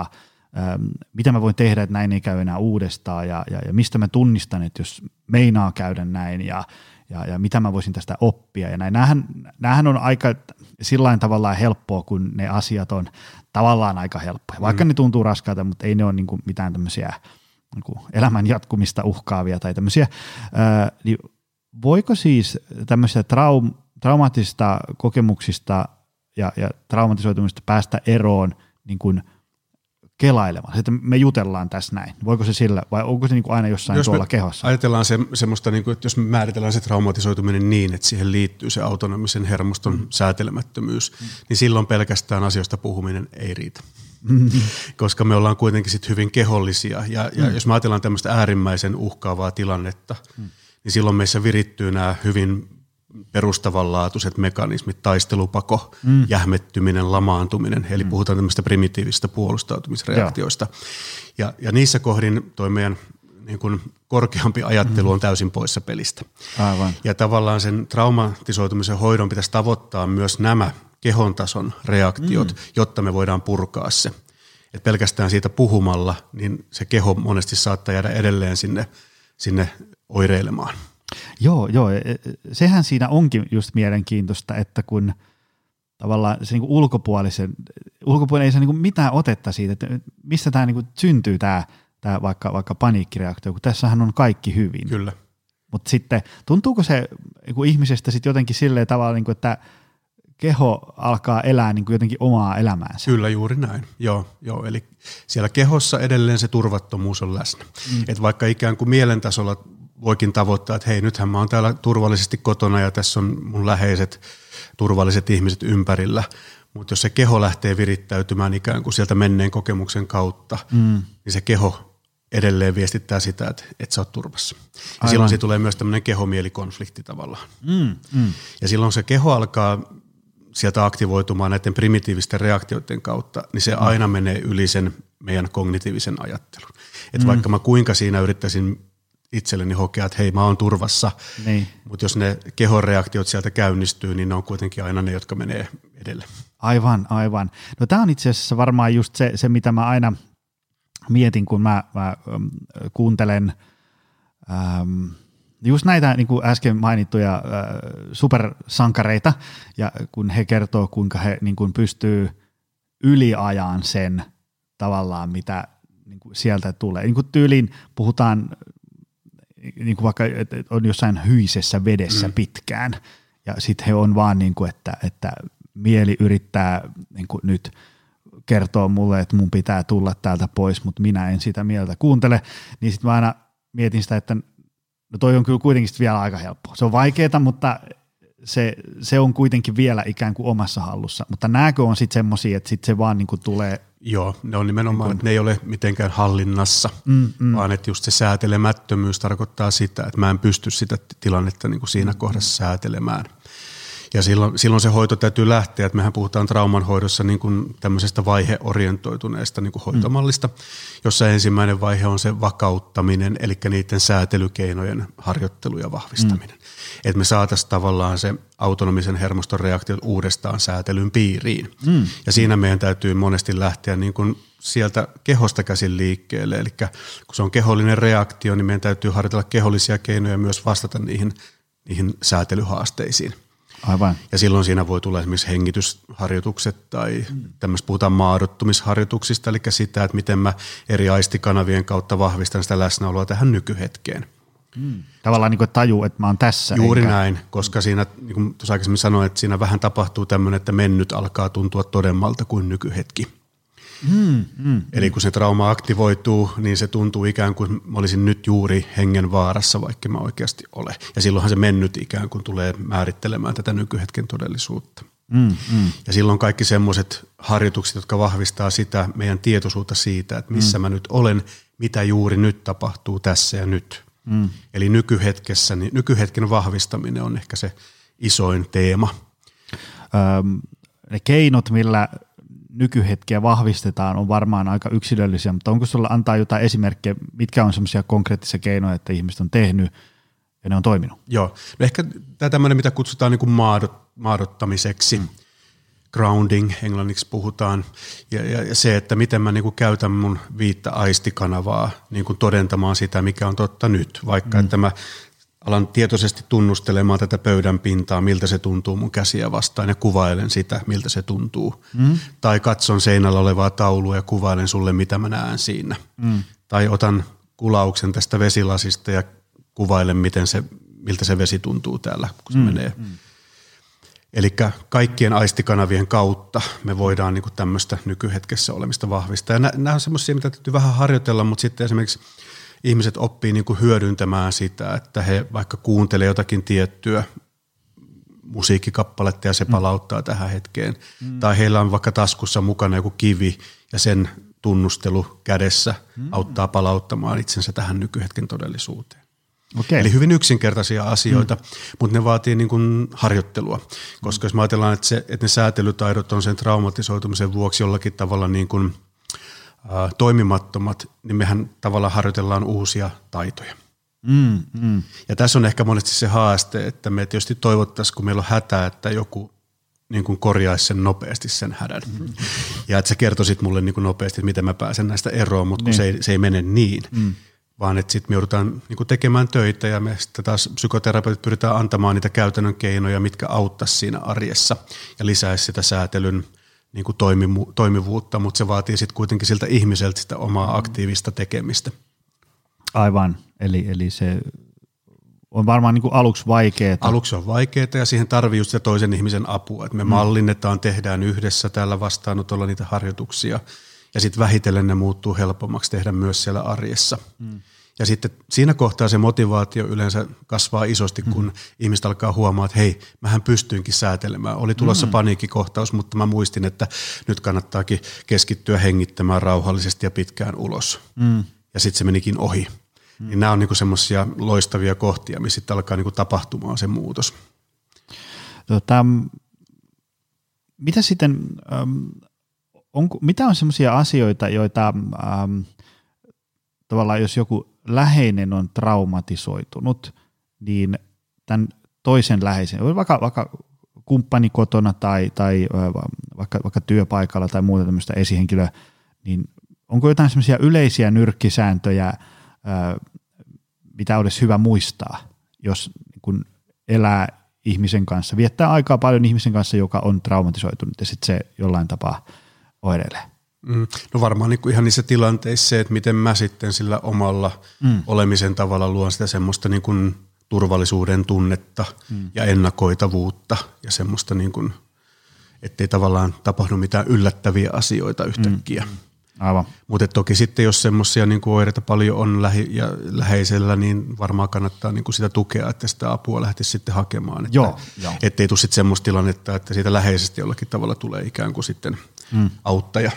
mitä mä voin tehdä, että näin ei käy enää uudestaan ja mistä mä tunnistan, että jos meinaa käydä näin ja mitä mä voisin tästä oppia. Ja näähän on aika sillain tavallaan helppoa, kun ne asiat on tavallaan aika helppoja. Vaikka ne tuntuu raskaita, mutta ei ne ole niin kuin mitään tämmöisiä niin kuin elämän jatkumista uhkaavia tai tämmöisiä. Niin voiko siis tämmöisiä traumaattisista kokemuksista ja traumatisoitumista päästä eroon niin kuin kelailemaan, että me jutellaan tässä näin. Voiko se sillä, vai onko se niin kuin aina jossain tuolla kehossa? Ajatellaan semmoista, niin kuin, että jos me määritellään se traumatisoituminen niin, että siihen liittyy se autonomisen hermoston säätelemättömyys, niin silloin pelkästään asioista puhuminen ei riitä. Koska me ollaan kuitenkin sit hyvin kehollisia. Ja jos me ajatellaan tämmöistä äärimmäisen uhkaavaa tilannetta, niin silloin meissä virittyy nämä hyvin perustavanlaatuiset mekanismit, taistelupako, jähmettyminen, lamaantuminen, eli puhutaan tämmöistä primitiivisistä puolustautumisreaktioista. Ja niissä kohdin toi meidän niin kuin korkeampi ajattelu on täysin poissa pelistä. Aivan. Ja tavallaan sen traumatisoitumisen hoidon pitäisi tavoittaa myös nämä kehon tason reaktiot, jotta me voidaan purkaa se. Et pelkästään siitä puhumalla, niin se keho monesti saattaa jäädä edelleen sinne oireilemaan. Joo, sehän siinä onkin just mielenkiintoista, että kun tavallaan se niinku ulkopuolinen ei saa niinku mitään otetta siitä, että mistä tämä niinku syntyy tämä vaikka paniikkireaktio, kun tässähän on kaikki hyvin. Kyllä. Mutta sitten tuntuuko se niinku ihmisestä sitten jotenkin silleen tavalla, niinku, että keho alkaa elää niinku jotenkin omaa elämäänsä? Kyllä, juuri näin. Joo, eli siellä kehossa edelleen se turvattomuus on läsnä. Et vaikka ikään kuin mielentasolla voikin tavoittaa, että hei, nythän mä oon täällä turvallisesti kotona ja tässä on mun läheiset turvalliset ihmiset ympärillä, mutta jos se keho lähtee virittäytymään ikään kuin sieltä menneen kokemuksen kautta, niin se keho edelleen viestittää sitä, että sä oot turvassa. Ja silloin siitä tulee myös tämmöinen kehomielikonflikti tavallaan. Ja silloin se keho alkaa sieltä aktivoitumaan näiden primitiivisten reaktioiden kautta, niin se aina menee yli sen meidän kognitiivisen ajattelun. Että vaikka mä kuinka siinä yrittäisin itselleni hokea, että hei, mä oon turvassa, niin. Mutta jos ne kehon reaktiot sieltä käynnistyy, niin ne on kuitenkin aina ne, jotka menee edelle. Aivan. No tää on itse asiassa varmaan just se mitä mä aina mietin, kun mä kuuntelen just näitä niin kuin äsken mainittuja supersankareita, ja kun he kertoo, kuinka he niin kuin pystyy yliajaan sen tavallaan, mitä niin kuin sieltä tulee. Niin kuin tyyliin puhutaan niin kuin vaikka on jossain hyisessä vedessä pitkään, ja sitten he on vaan niin kuin, että mieli yrittää niin kuin nyt kertoo mulle, että mun pitää tulla täältä pois, mutta minä en sitä mieltä kuuntele, niin sitten mä aina mietin sitä, että no toi on kyllä kuitenkin vielä aika helppoa. Se on vaikeaa, mutta se on kuitenkin vielä ikään kuin omassa hallussa, mutta nääkö on sitten semmoisia, että sitten se vaan niin kuin tulee. Joo, ne on nimenomaan, että ne ei ole mitenkään hallinnassa, vaan että just se säätelemättömyys tarkoittaa sitä, että mä en pysty sitä tilannetta niin kuin siinä kohdassa säätelemään. Ja silloin se hoito täytyy lähteä, että mehän puhutaan traumanhoidossa niin kuin tämmöisestä vaiheorientoituneesta niin kuin hoitomallista, jossa ensimmäinen vaihe on se vakauttaminen, eli niiden säätelykeinojen harjoittelu ja vahvistaminen. Että me saataisiin tavallaan se autonomisen hermoston reaktiot uudestaan säätelyn piiriin. Ja siinä meidän täytyy monesti lähteä niin kuin sieltä kehosta käsin liikkeelle, eli kun se on kehollinen reaktio, niin meidän täytyy harjoitella kehollisia keinoja myös vastata niihin säätelyhaasteisiin. Aivan. Ja silloin siinä voi tulla esimerkiksi hengitysharjoitukset tai tämmöistä puhutaan maadottumisharjoituksista, eli sitä, että miten mä eri aistikanavien kautta vahvistan sitä läsnäoloa tähän nykyhetkeen. Tavallaan niin kuin taju, että mä oon tässä. Juuri näin, koska siinä, niin kuin tuossa aikaisemmin sanoin, että siinä vähän tapahtuu tämmöinen, että mennyt alkaa tuntua todemmalta kuin nykyhetki. Eli kun se trauma aktivoituu, niin se tuntuu ikään kuin mä olisin nyt juuri hengen vaarassa, vaikka mä oikeasti ole. Ja silloinhan se mennyt ikään kuin tulee määrittelemään tätä nykyhetken todellisuutta. Ja silloin kaikki semmoiset harjoitukset, jotka vahvistaa sitä meidän tietoisuutta siitä, että missä mä nyt olen, mitä juuri nyt tapahtuu tässä ja nyt. Eli nykyhetkessä, niin nykyhetken vahvistaminen on ehkä se isoin teema. Ne keinot, millä nykyhetkeä vahvistetaan, on varmaan aika yksilöllisiä, mutta onko sulla antaa jotain esimerkkejä, mitkä on semmoisia konkreettisia keinoja, että ihmiset on tehnyt ja ne on toiminut? Joo, no ehkä tämä tämmöinen, mitä kutsutaan niin kuin maadottamiseksi, grounding englanniksi puhutaan, ja se, että miten mä niin kuin käytän mun 5 aistikanavaa niin kuin todentamaan sitä, mikä on totta nyt, vaikka että mä alan tietoisesti tunnustelemaan tätä pöydän pintaa, miltä se tuntuu mun käsiä vastaan ja kuvailen sitä, miltä se tuntuu. Tai katson seinällä olevaa taulua ja kuvailen sulle, mitä mä näen siinä. Tai otan kulauksen tästä vesilasista ja kuvailen, miltä se vesi tuntuu täällä, kun se menee. Eli kaikkien aistikanavien kautta me voidaan niin kuin tämmöistä nykyhetkessä olemista vahvistaa. Ja nämä on semmoisia, mitä täytyy vähän harjoitella, mutta sitten esimerkiksi ihmiset oppii niin kuin hyödyntämään sitä, että he vaikka kuuntelee jotakin tiettyä musiikkikappaletta ja se palauttaa tähän hetkeen. Tai heillä on vaikka taskussa mukana joku kivi ja sen tunnustelu kädessä auttaa palauttamaan itsensä tähän nykyhetken todellisuuteen. Okay. Eli hyvin yksinkertaisia asioita, mutta ne vaatii niin kuin harjoittelua. Koska jos me ajatellaan, että ne säätelytaidot on sen traumatisoitumisen vuoksi jollakin tavalla niin kuin toimimattomat, niin mehän tavallaan harjoitellaan uusia taitoja. Ja tässä on ehkä monesti se haaste, että me tietysti toivottaisiin, kun meillä on hätä, että joku niin kuin korjaisi sen nopeasti sen hädän. Ja että sä kertoisit mulle niin kuin nopeasti, että miten mä pääsen näistä eroon, mutta kun se ei mene niin. Vaan että sitten me joudutaan niin kuin tekemään töitä ja me sitten taas psykoterapeutit pyritään antamaan niitä käytännön keinoja, mitkä auttaisi siinä arjessa ja lisäisi sitä säätelyn niin kuin toimivuutta, mutta se vaatii sitten kuitenkin siltä ihmiseltä sitä omaa aktiivista tekemistä. Aivan, eli se on varmaan niin kuin aluksi vaikeaa. Aluksi on vaikeaa ja siihen tarvii just sitä toisen ihmisen apua, että me mallinnetaan, tehdään yhdessä tällä vastaanotolla niitä harjoituksia ja sitten vähitellen ne muuttuu helpommaksi tehdä myös siellä arjessa. Ja sitten siinä kohtaa se motivaatio yleensä kasvaa isosti, kun ihmiset alkaa huomaa, että hei, mähän pystyinkin säätelemään. Oli tulossa paniikkikohtaus, mutta mä muistin, että nyt kannattaakin keskittyä hengittämään rauhallisesti ja pitkään ulos. Ja sitten se menikin ohi. Niin nämä on niinku semmoisia loistavia kohtia, missä sitten alkaa niinku tapahtumaan se muutos. Mitä sitten, mitä on semmoisia asioita, joita tavallaan jos joku läheinen on traumatisoitunut, niin tämän toisen läheisen, vaikka kumppani kotona tai vaikka työpaikalla tai muuta tämmöistä esihenkilöä, niin onko jotain semmoisia yleisiä nyrkkisääntöjä, mitä olisi hyvä muistaa, jos kun elää ihmisen kanssa, viettää aikaa paljon ihmisen kanssa, joka on traumatisoitunut ja sitten se jollain tapaa oireilee? No varmaan niin kuin ihan niissä tilanteissa se, että miten mä sitten sillä omalla olemisen tavalla luon sitä semmoista niin kuin turvallisuuden tunnetta ja ennakoitavuutta ja semmoista, niin kuin, ettei tavallaan tapahdu mitään yllättäviä asioita yhtäkkiä. Mutta toki sitten, jos semmoisia niin kuin oireita paljon on läheisellä, niin varmaan kannattaa niin kuin sitä tukea, että sitä apua lähtisi sitten hakemaan. Että, ettei tule sitten semmoista tilannetta, että siitä läheisesti jollakin tavalla tulee ikään kuin sitten auttaja.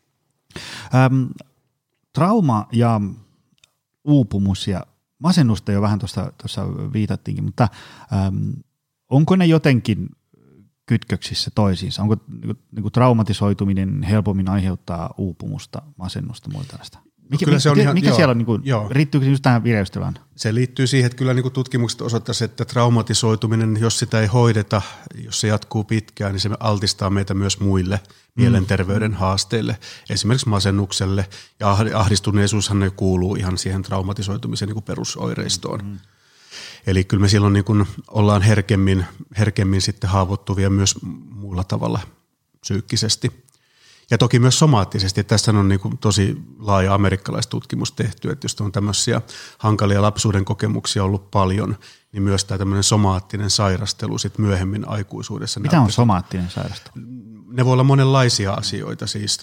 Trauma ja uupumus ja masennusta jo vähän tuossa viitattiinkin, mutta onko ne jotenkin kytköksissä toisiinsa? Onko niin traumatisoituminen helpommin aiheuttaa uupumusta, masennusta, muuta tällaista? Mikä siellä on, niin kuin, riittyykö se just tähän vireystilaan? Se liittyy siihen, että kyllä niin kuin tutkimukset osoittaisivat, että traumatisoituminen, jos sitä ei hoideta, jos se jatkuu pitkään, niin se altistaa meitä myös muille mielenterveyden haasteille, esimerkiksi masennukselle, ja ahdistuneisuushan ne kuuluu ihan siihen traumatisoitumisen niin kuin perusoireistoon. Eli kyllä me silloin niin kuin ollaan herkemmin sitten haavoittuvia myös muulla tavalla psyykkisesti. Ja toki myös somaattisesti. Tässä on niin kuin tosi laaja amerikkalaistutkimus tehty, että jos on tämmöisiä hankalia lapsuuden kokemuksia ollut paljon, niin myös tämä tämmöinen somaattinen sairastelu sitten myöhemmin aikuisuudessa. Mitä on somaattinen sairastelu? Ne voi olla monenlaisia asioita, siis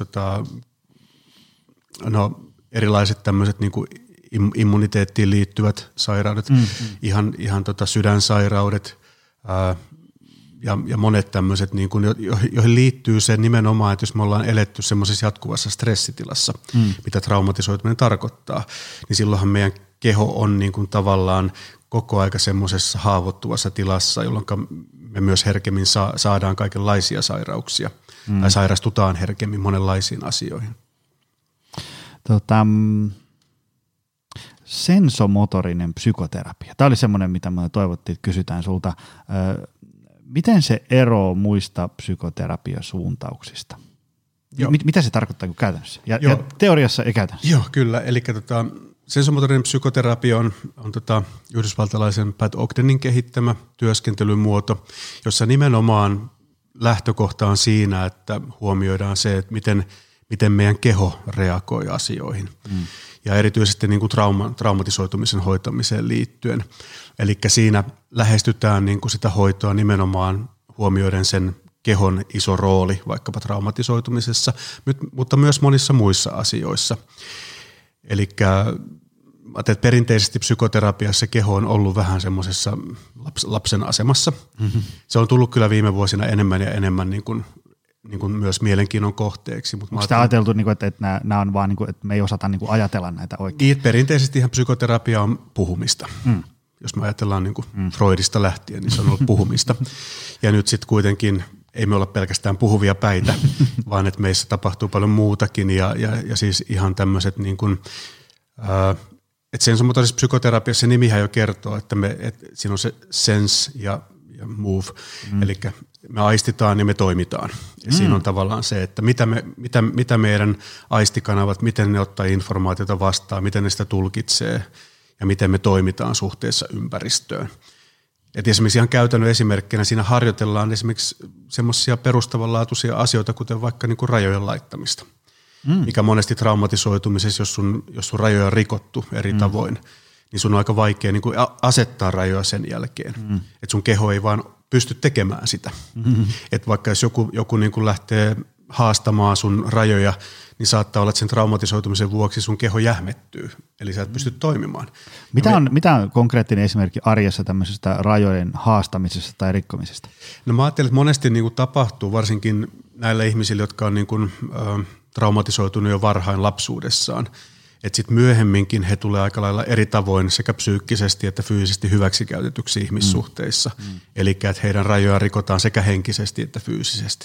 erilaiset tämmöiset niin kuin immuniteettiin liittyvät sairaudet, ihan sydänsairaudet ja monet tämmöiset, niin kuin, joihin liittyy se nimenomaan, että jos me ollaan eletty semmoisessa jatkuvassa stressitilassa, mitä traumatisoituminen tarkoittaa, niin silloinhan meidän keho on niin kuin tavallaan koko aika semmoisessa haavoittuvassa tilassa, jolloin me myös herkemmin saadaan kaikenlaisia sairauksia tai sairastutaan herkemmin monenlaisiin asioihin. Sensomotorinen psykoterapia. Tämä oli semmoinen, mitä me toivottiin, että kysytään sulta. Miten se eroaa muista psykoterapiasuuntauksista? Mitä se tarkoittaa käytännössä? Ja teoriassa ja käytännössä? Joo, kyllä. Eli sensomotorinen psykoterapia on yhdysvaltalaisen Pat Ogdenin kehittämä työskentelymuoto, jossa nimenomaan lähtökohta on siinä, että huomioidaan se, että miten meidän keho reagoi asioihin. Ja erityisesti niin kuin traumatisoitumisen hoitamiseen liittyen. Eli siinä lähestytään niin kuin sitä hoitoa nimenomaan huomioiden sen kehon iso rooli vaikkapa traumatisoitumisessa, mutta myös monissa muissa asioissa. Eli perinteisesti psykoterapiassa keho on ollut vähän semmoisessa lapsen asemassa. Se on tullut kyllä viime vuosina enemmän ja enemmän niin kuin myös mielenkiinnon kohteeksi. Onko sitä ajateltu, että nämä on vaan, että me ei osata ajatella näitä oikein? Perinteisesti ihan psykoterapia on puhumista. Jos me ajatellaan niin kuin Freudista lähtien, niin se on ollut puhumista. Ja nyt sitten kuitenkin ei me olla pelkästään puhuvia päitä, vaan että meissä tapahtuu paljon muutakin. Ja siis ihan tämmöiset, niin kuin, että sensomotorisessa psykoterapiassa nimihän jo kertoo, että siinä on se sense ja move, eli me aistitaan ja me toimitaan. Ja siinä on tavallaan se, että mitä meidän aistikanavat, miten ne ottaa informaatiota vastaan, miten ne sitä tulkitsee ja miten me toimitaan suhteessa ympäristöön. Et esimerkiksi ihan käytännön esimerkkinä siinä harjoitellaan esimerkiksi semmoisia perustavanlaatuisia asioita, kuten vaikka niin kuin rajojen laittamista, mikä monesti traumatisoitumisessa, jos sun rajoja on rikottu eri tavoin, niin sun on aika vaikea niin kuin asettaa rajoja sen jälkeen. Että sun keho ei vaan pysty tekemään sitä. Että vaikka jos joku niin kuin lähtee haastamaan sun rajoja, niin saattaa olla, että sen traumatisoitumisen vuoksi sun keho jähmettyy. Eli sä et pysty toimimaan. Mitä on konkreettinen esimerkki arjessa tämmöisestä rajojen haastamisesta tai rikkomisesta? No mä ajattelen, että monesti niin kuin tapahtuu varsinkin näillä ihmisillä, jotka on niin kuin, traumatisoitunut jo varhain lapsuudessaan. Että sitten myöhemminkin he tulee aika lailla eri tavoin sekä psyykkisesti että fyysisesti hyväksikäytetyksi ihmissuhteissa. Eli että heidän rajojaan rikotaan sekä henkisesti että fyysisesti.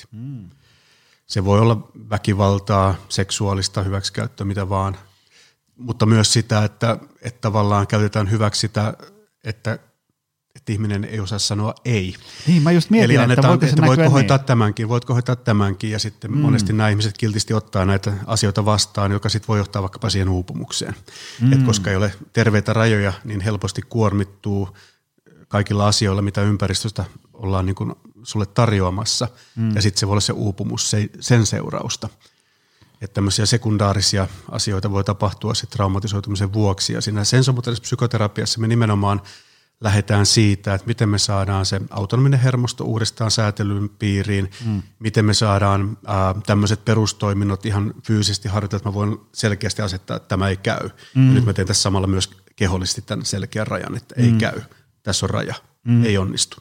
Se voi olla väkivaltaa, seksuaalista hyväksikäyttöä, mitä vaan, mutta myös sitä, että tavallaan käytetään hyväksi sitä, että ihminen ei osaa sanoa ei. Niin, mä just mietin, eli annetaan, että voitko hoitaa tämänkin, ja sitten monesti nämä ihmiset kiltisti ottaa näitä asioita vastaan, joka sitten voi johtaa vaikkapa siihen uupumukseen. Et koska ei ole terveitä rajoja, niin helposti kuormittuu kaikilla asioilla, mitä ympäristöstä ollaan niin kuin sulle tarjoamassa, ja sitten se voi olla se uupumus sen seurausta. Että tämmöisiä sekundaarisia asioita voi tapahtua sitten traumatisoitumisen vuoksi, ja siinä sensomotorisessa psykoterapiassa me nimenomaan lähdetään siitä, että miten me saadaan se autonominen hermosto uudestaan säätelyn piiriin, miten me saadaan tämmöiset perustoiminnot ihan fyysisesti harjoitella, että mä voin selkeästi asettaa, että tämä ei käy. Ja nyt mä teen tässä samalla myös kehollisesti tämän selkeän rajan, että ei käy, tässä on raja, ei onnistu.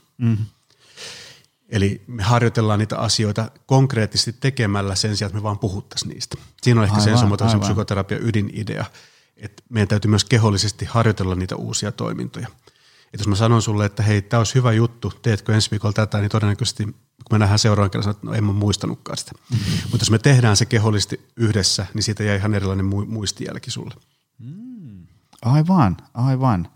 Eli me harjoitellaan niitä asioita konkreettisesti tekemällä sen sijaan, että me vaan puhuttaisiin niistä. Siinä on ehkä sensomotorisen psykoterapian ydinidea, että meidän täytyy myös kehollisesti harjoitella niitä uusia toimintoja. Että jos mä sanon sulle, että hei, tämä olisi hyvä juttu, teetkö ensi viikolla tätä, niin todennäköisesti, kun me nähdään seuraavan kerran, että no en mä muistanutkaan sitä. Mutta jos me tehdään se kehollisesti yhdessä, niin siitä jää ihan erilainen muistijälki sulle. Aivan.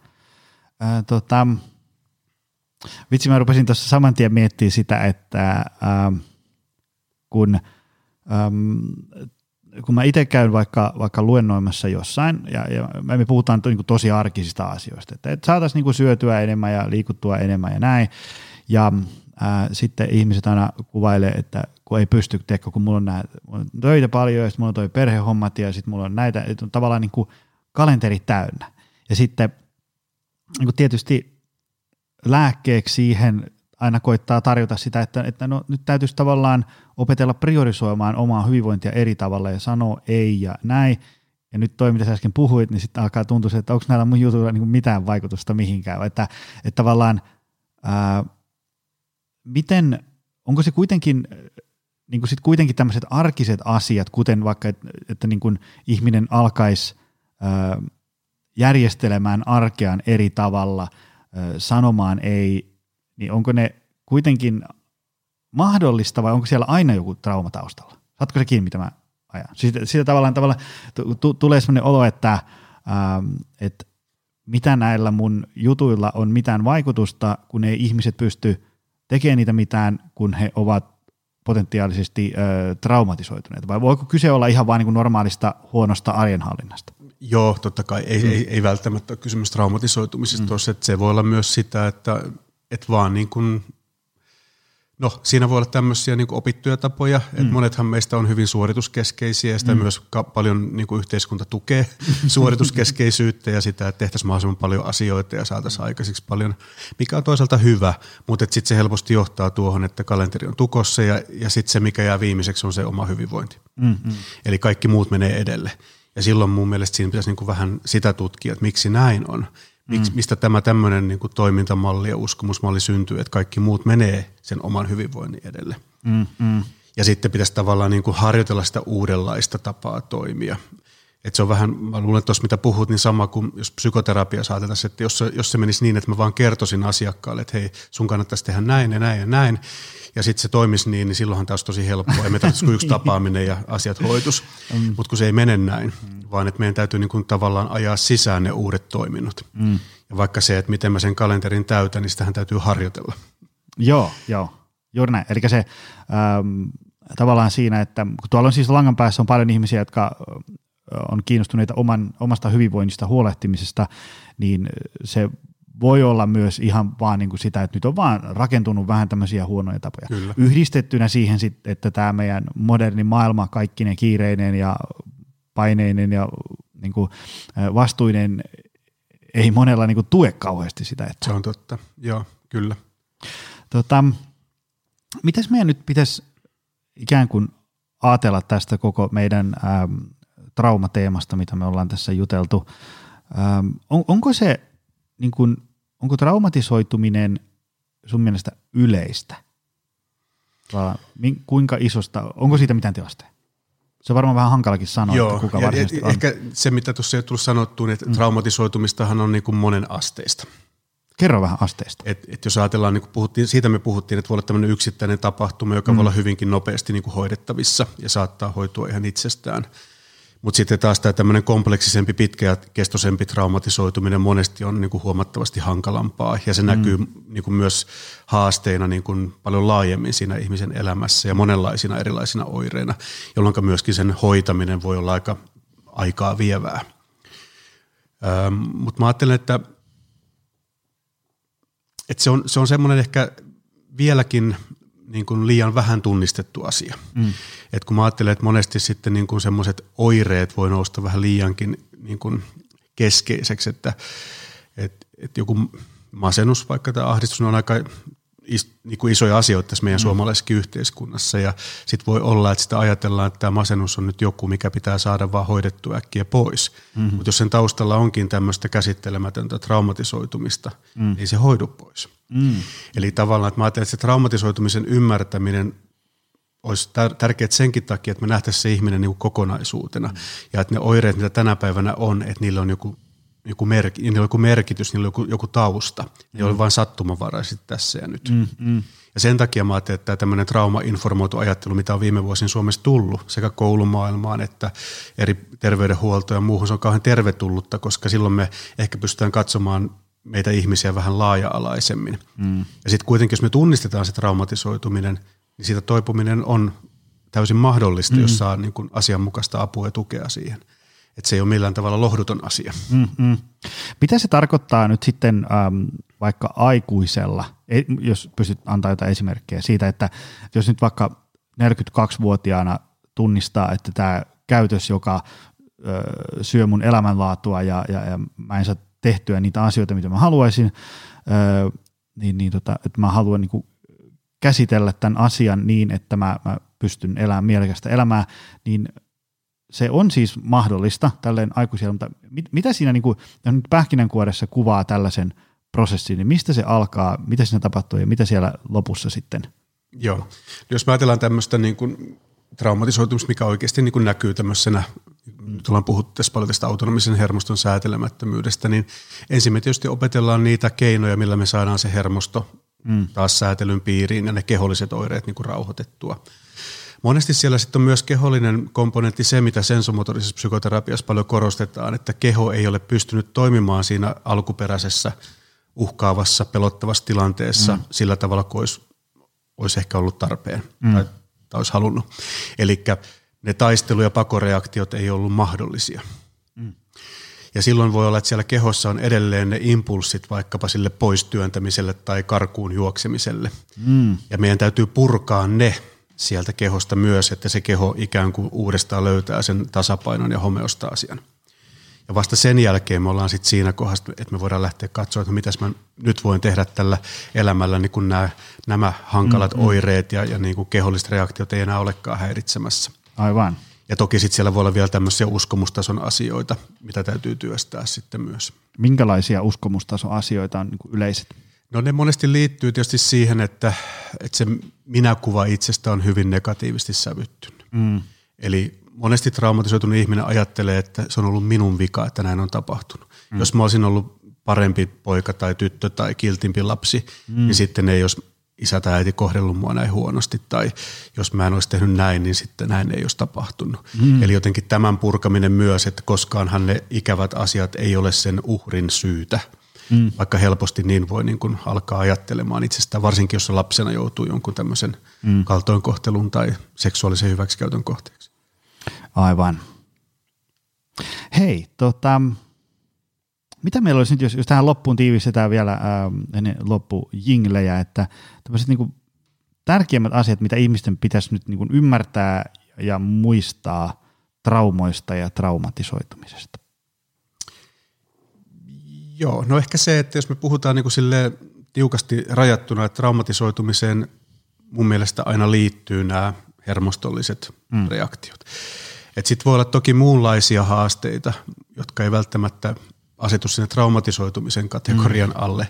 Vitsi, mä rupesin tuossa saman tien miettimään sitä, että kun kun mä itse käyn vaikka luennoimassa jossain, ja me puhutaan niin kuin tosi arkisista asioista, että saataisiin niin kuin syötyä enemmän ja liikuttua enemmän ja näin, ja sitten ihmiset aina kuvailee, että kun ei pysty tehdä, kun mulla on töitä paljon, ja sitten mulla on toi perhehommat, ja sitten mulla on näitä, että on tavallaan niin kuin kalenteri täynnä. Ja sitten niin kuin tietysti lääkkeeksi siihen aina koittaa tarjota sitä, että no, nyt täytyisi tavallaan opetella priorisoimaan omaa hyvinvointia eri tavalla ja sanoa ei ja näin. Ja nyt toi, mitä sä äsken puhuit, niin sitten alkaa tuntua, että onko näillä mun jutuilla niin kuin mitään vaikutusta mihinkään. Että tavallaan, onko se kuitenkin, niin kuin sit kuitenkin tämmöiset arkiset asiat, kuten vaikka, että niin kuin ihminen alkaisi järjestelemään arkeaan eri tavalla, sanomaan ei, niin onko ne kuitenkin mahdollista vai onko siellä aina joku trauma taustalla? Saatko se kiinni, mitä mä ajan? Siitä tavallaan tulee sellainen olo, että mitä näillä mun jutuilla on mitään vaikutusta, kun ei ihmiset pysty tekemään niitä mitään, kun he ovat potentiaalisesti traumatisoituneet? Vai voiko kyse olla ihan vain niin kuin normaalista huonosta arjenhallinnasta? Joo, totta kai. Ei välttämättä ole kysymys traumatisoitumisesta tuossa, että se voi olla myös sitä, että vaan niin kuin, no siinä voi olla tämmöisiä niin kuin opittuja tapoja, että monethan meistä on hyvin suorituskeskeisiä ja sitä myös paljon niin kuin yhteiskunta tukee suorituskeskeisyyttä ja sitä, että tehtäisiin mahdollisimman paljon asioita ja saataisiin aikaiseksi paljon, mikä on toisaalta hyvä, mutta sitten se helposti johtaa tuohon, että kalenteri on tukossa ja sitten se, mikä jää viimeiseksi, on se oma hyvinvointi. Eli kaikki muut menee edelle. Ja silloin mun mielestä siinä pitäisi niin kuin vähän sitä tutkia, että miksi näin on. Mistä tämä tämmöinen niin kuin toimintamalli ja uskomusmalli syntyy, että kaikki muut menee sen oman hyvinvoinnin edelle. Ja sitten pitäisi tavallaan niin kuin harjoitella sitä uudenlaista tapaa toimia. Että se on vähän, mä luulen tuossa mitä puhut, niin sama kuin jos psykoterapia saateltaisiin, että jos se menisi niin, että mä vaan kertoisin asiakkaalle, että hei, sun kannattaisi tehdä näin ja näin ja näin, ja sitten se toimisi niin silloinhan taas tosi helppoa. Ei me tarvitsisi kuin yksi tapaaminen ja asiat hoitus, mutta kun se ei mene näin, vaan että meidän täytyy niin kuin tavallaan ajaa sisään ne uudet toiminnot. Ja vaikka se, että miten mä sen kalenterin täytän, niin sitähän täytyy harjoitella. Joo, juuri näin. Eli se tavallaan siinä, että kun tuolla on siis langan päässä on paljon ihmisiä, jotka on kiinnostuneita omasta hyvinvoinnista huolehtimisesta, niin se voi olla myös ihan vaan niin kuin sitä, että nyt on vaan rakentunut vähän tämmöisiä huonoja tapoja. Kyllä. Yhdistettynä siihen sitten, että tämä meidän moderni maailma kaikkinen kiireinen ja paineinen ja niin kuin vastuinen ei monella niin kuin tue kauheasti sitä. Että se on totta, joo, kyllä. Mitäs meidän nyt pitäisi ikään kuin ajatella tästä koko meidän traumateemasta, mitä me ollaan tässä juteltu? Onko se niin kuin, onko traumatisoituminen sun mielestä yleistä? Kuinka isosta, onko siitä mitään tilastoja? Se on varmaan vähän hankalakin sanoa, joo, että kuka varsinaisesti on. Ehkä se, mitä tuossa ei tullut sanottua, että traumatisoitumistahan on niin kuin monen asteista. Kerro vähän asteista. Et jos ajatellaan, niin kuin siitä me puhuttiin, että voi olla tämmöinen yksittäinen tapahtuma, joka voi olla hyvinkin nopeasti niin kuin hoidettavissa ja saattaa hoitua ihan itsestään. Mutta sitten taas tämä tämmöinen kompleksisempi, pitkäkestoisempi traumatisoituminen monesti on niin kuin huomattavasti hankalampaa ja se näkyy niin kuin myös haasteina niin kuin paljon laajemmin siinä ihmisen elämässä ja monenlaisina erilaisina oireina, jolloin myöskin sen hoitaminen voi olla aika aikaa vievää. Mutta mä ajattelen, että se on semmoinen ehkä vieläkin niin kuin liian vähän tunnistettu asia. Et kun mä ajattelen, että monesti sitten niin kuin semmoiset oireet voi nousta vähän liiankin niin kuin keskeiseksi, että joku masennus vaikka tai ahdistus on aika niin kuin isoja asioita tässä meidän suomalaisessa yhteiskunnassa ja sitten voi olla, että sitä ajatellaan, että tämä masennus on nyt joku, mikä pitää saada vaan hoidettua äkkiä pois. Mutta jos sen taustalla onkin tämmöistä käsittelemätöntä traumatisoitumista, niin ei se hoidu pois. Eli tavallaan, että mä ajattelen, että se traumatisoitumisen ymmärtäminen olisi tärkeää senkin takia, että me nähtäisiin se ihminen niin kuin kokonaisuutena ja että ne oireet, mitä tänä päivänä on, että niillä on joku merkitys, niillä on joku tausta. Ne on vain sattumanvaraisesti tässä ja nyt. Ja sen takia mä ajattelen, että tämä tämmöinen trauma-informoitu ajattelu, mitä on viime vuosina Suomessa tullut, sekä koulumaailmaan että eri terveydenhuoltoon ja muuhun, se on kauhean tervetullutta, koska silloin me ehkä pystytään katsomaan meitä ihmisiä vähän laaja-alaisemmin. Ja sitten kuitenkin, jos me tunnistetaan se traumatisoituminen, niin siitä toipuminen on täysin mahdollista, jos saa niin kuin asianmukaista apua ja tukea siihen. Että se ei ole millään tavalla lohduton asia. Mitä se tarkoittaa nyt sitten vaikka aikuisella, jos pystyt antaa jotain esimerkkejä siitä, että jos nyt vaikka 42-vuotiaana tunnistaa, että tämä käytös, joka syö mun elämänlaatua ja mä en saa tehtyä niitä asioita, mitä mä haluaisin, että mä haluan niin kuin käsitellä tämän asian niin, että mä pystyn elämään mielekästä elämää, niin se on siis mahdollista tälleen aikuisella, mutta mitä siinä niin kuin, nyt pähkinänkuoressa kuvaa tällaisen prosessin, niin mistä se alkaa, mitä siinä tapahtuu ja mitä siellä lopussa sitten? Joo, jos me ajatellaan tämmöistä niin kuin traumatisoitumista, mikä oikeasti niin kuin näkyy tämmöisenä, nyt ollaan puhuttu tässä paljon tästä autonomisen hermoston säätelemättömyydestä, niin ensin me tietysti opetellaan niitä keinoja, millä me saadaan se hermosto taas säätelyn piiriin ja ne keholliset oireet niin kuin rauhoitettua. Monesti siellä sitten on myös kehollinen komponentti, se mitä sensomotorisessa psykoterapiassa paljon korostetaan, että keho ei ole pystynyt toimimaan siinä alkuperäisessä uhkaavassa, pelottavassa tilanteessa sillä tavalla, kuin olisi ehkä ollut tarpeen tai olisi halunnut. Eli ne taistelu- ja pakoreaktiot ei ollut mahdollisia. Ja silloin voi olla, että siellä kehossa on edelleen ne impulssit vaikkapa sille poistyöntämiselle tai karkuun juoksemiselle. Ja meidän täytyy purkaa ne sieltä kehosta myös, että se keho ikään kuin uudestaan löytää sen tasapainon ja homeostaasian. Ja vasta sen jälkeen me ollaan sitten siinä kohdassa, että me voidaan lähteä katsoa, että mitäs mä nyt voin tehdä tällä elämällä, niin kun nämä hankalat oireet ja niin kuin keholliset reaktiot ei enää olekaan häiritsemässä. Aivan. Ja toki sitten siellä voi olla vielä tämmöisiä uskomustason asioita, mitä täytyy työstää sitten myös. Minkälaisia uskomustason asioita on niin kuin yleiset? No ne monesti liittyy tietysti siihen, että se minäkuva itsestä on hyvin negatiivisesti sävyttynyt. Eli monesti traumatisoitunut ihminen ajattelee, että se on ollut minun vika, että näin on tapahtunut. Jos mä olisin ollut parempi poika tai tyttö tai kiltimpi lapsi, niin sitten ei olisi isä tai äiti kohdellut mua näin huonosti. Tai jos mä en olisi tehnyt näin, niin sitten näin ei olisi tapahtunut. Eli jotenkin tämän purkaminen myös, että koskaanhan ne ikävät asiat ei ole sen uhrin syytä. Vaikka helposti niin voi niin kuin alkaa ajattelemaan itsestään, varsinkin jos lapsena joutuu jonkun tämmöisen kaltoinkohtelun tai seksuaalisen hyväksikäytön kohteeksi. Aivan. Hei, mitä meillä olisi nyt, jos tähän loppuun tiivistetään vielä ennen loppujinglejä, että tämmöiset niin kuin tärkeimmät asiat, mitä ihmisten pitäisi nyt niin kuin ymmärtää ja muistaa traumoista ja traumatisoitumisesta? Joo, no ehkä se, että jos me puhutaan niin kuin silleen tiukasti rajattuna, että traumatisoitumiseen mun mielestä aina liittyy nämä hermostolliset reaktiot. Sitten voi olla toki muunlaisia haasteita, jotka ei välttämättä asetu sinne traumatisoitumisen kategorian alle.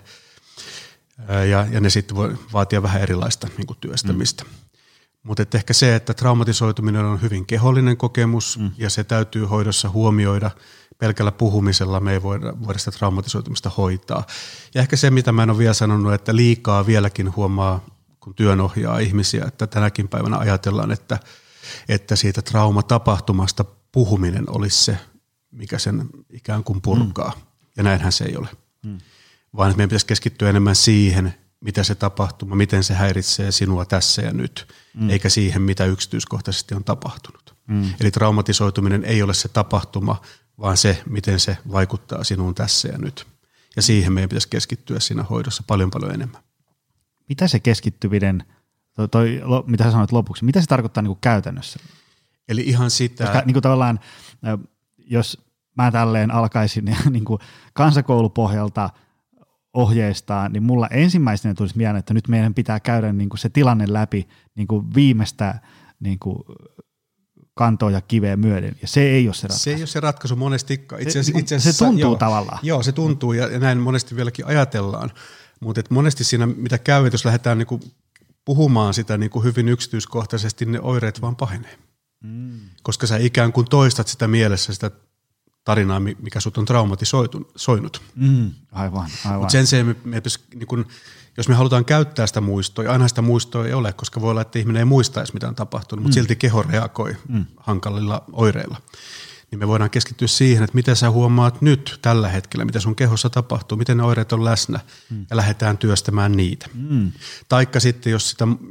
Ja ne sitten voi vaatia vähän erilaista niin kuin työstämistä. Mutta ehkä se, että traumatisoituminen on hyvin kehollinen kokemus ja se täytyy hoidossa huomioida. Pelkällä puhumisella me ei voida sitä traumatisoitumista hoitaa. Ja ehkä se, mitä mä en ole vielä sanonut, että liikaa vieläkin huomaa, kun työnohjaa ihmisiä, että tänäkin päivänä ajatellaan, että siitä traumatapahtumasta puhuminen olisi se, mikä sen ikään kuin purkaa. Ja näinhän se ei ole. Vaan että meidän pitäisi keskittyä enemmän siihen, mitä se tapahtuma, miten se häiritsee sinua tässä ja nyt, eikä siihen, mitä yksityiskohtaisesti on tapahtunut. Eli traumatisoituminen ei ole se tapahtuma, vaan se, miten se vaikuttaa sinuun tässä ja nyt. Ja siihen meidän pitäisi keskittyä siinä hoidossa paljon enemmän. Mitä se keskittyminen, mitä sä sanoit lopuksi, mitä se tarkoittaa niin kuin käytännössä? Eli ihan sitä. Koska niin kuin tavallaan, jos mä tälleen alkaisin niin kuin kansakoulupohjalta ohjeistaa, niin mulla ensimmäisenä tulisi mieleen, että nyt meidän pitää käydä niin kuin se tilanne läpi niin kuin viimeistä niin kuin kantoa ja kiveä myöden, ja se ei ole se ratkaisu. Se ei ole se ratkaisu monestikaan. Se tuntuu tavallaan. Joo, se tuntuu, ja näin monesti vieläkin ajatellaan, mutta monesti siinä, mitä käy, että jos lähdetään niinku puhumaan sitä niinku hyvin yksityiskohtaisesti, ne oireet vaan pahenee. Koska sä ikään kuin toistat sitä mielessä, sitä tarinaa, mikä sut on traumatisoinut. Aivan. Mutta sen sijaan jos me halutaan käyttää sitä muistoa, ja aina sitä muistoa ei ole, koska voi olla, että ihminen ei muista edes, mitä on tapahtunut, mutta silti keho reagoi hankalilla oireilla. Niin me voidaan keskittyä siihen, että mitä sä huomaat nyt tällä hetkellä, mitä sun kehossa tapahtuu, miten ne oireet on läsnä, ja lähdetään työstämään niitä. Taikka sitten, jos sitä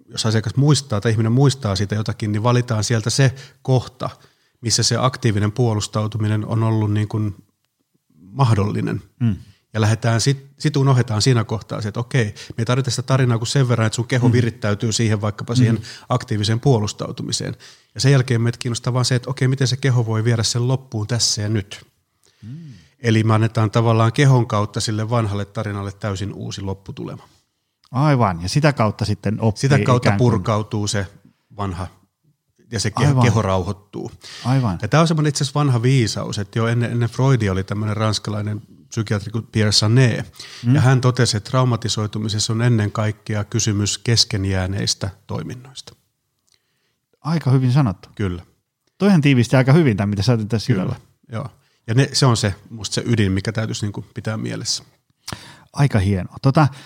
jos asiakas muistaa tai ihminen muistaa siitä jotakin, niin valitaan sieltä se kohta, missä se aktiivinen puolustautuminen on ollut niin kuin mahdollinen. Ja lähdetään sit unohdetaan siinä kohtaa se, että okei, me tarvitaan sitä tarinaa kuin sen verran, että sun keho virittäytyy siihen vaikkapa siihen aktiiviseen puolustautumiseen. Ja sen jälkeen meitä kiinnostaa vaan se, että okei, miten se keho voi viedä sen loppuun tässä ja nyt. Eli me annetaan tavallaan kehon kautta sille vanhalle tarinalle täysin uusi lopputulema. Aivan, ja sitä kautta sitten oppii. Sitä kautta purkautuu se vanha ja se keho rauhoittuu. Aivan. Ja tämä on semmoinen itse asiassa vanha viisaus, että jo ennen Freudia oli tämmöinen ranskalainen psykiatri kuin Pierre Sanet, ja hän totesi, että traumatisoitumisessa on ennen kaikkea kysymys keskenjääneistä toiminnoista. Aika hyvin sanottu. Kyllä. Toihan tiivisti aika hyvin tämän, mitä sä otit tässä syvällä. Joo. Ja se on musta se ydin, mikä täytyisi niin kuin pitää mielessä. Aika hienoa.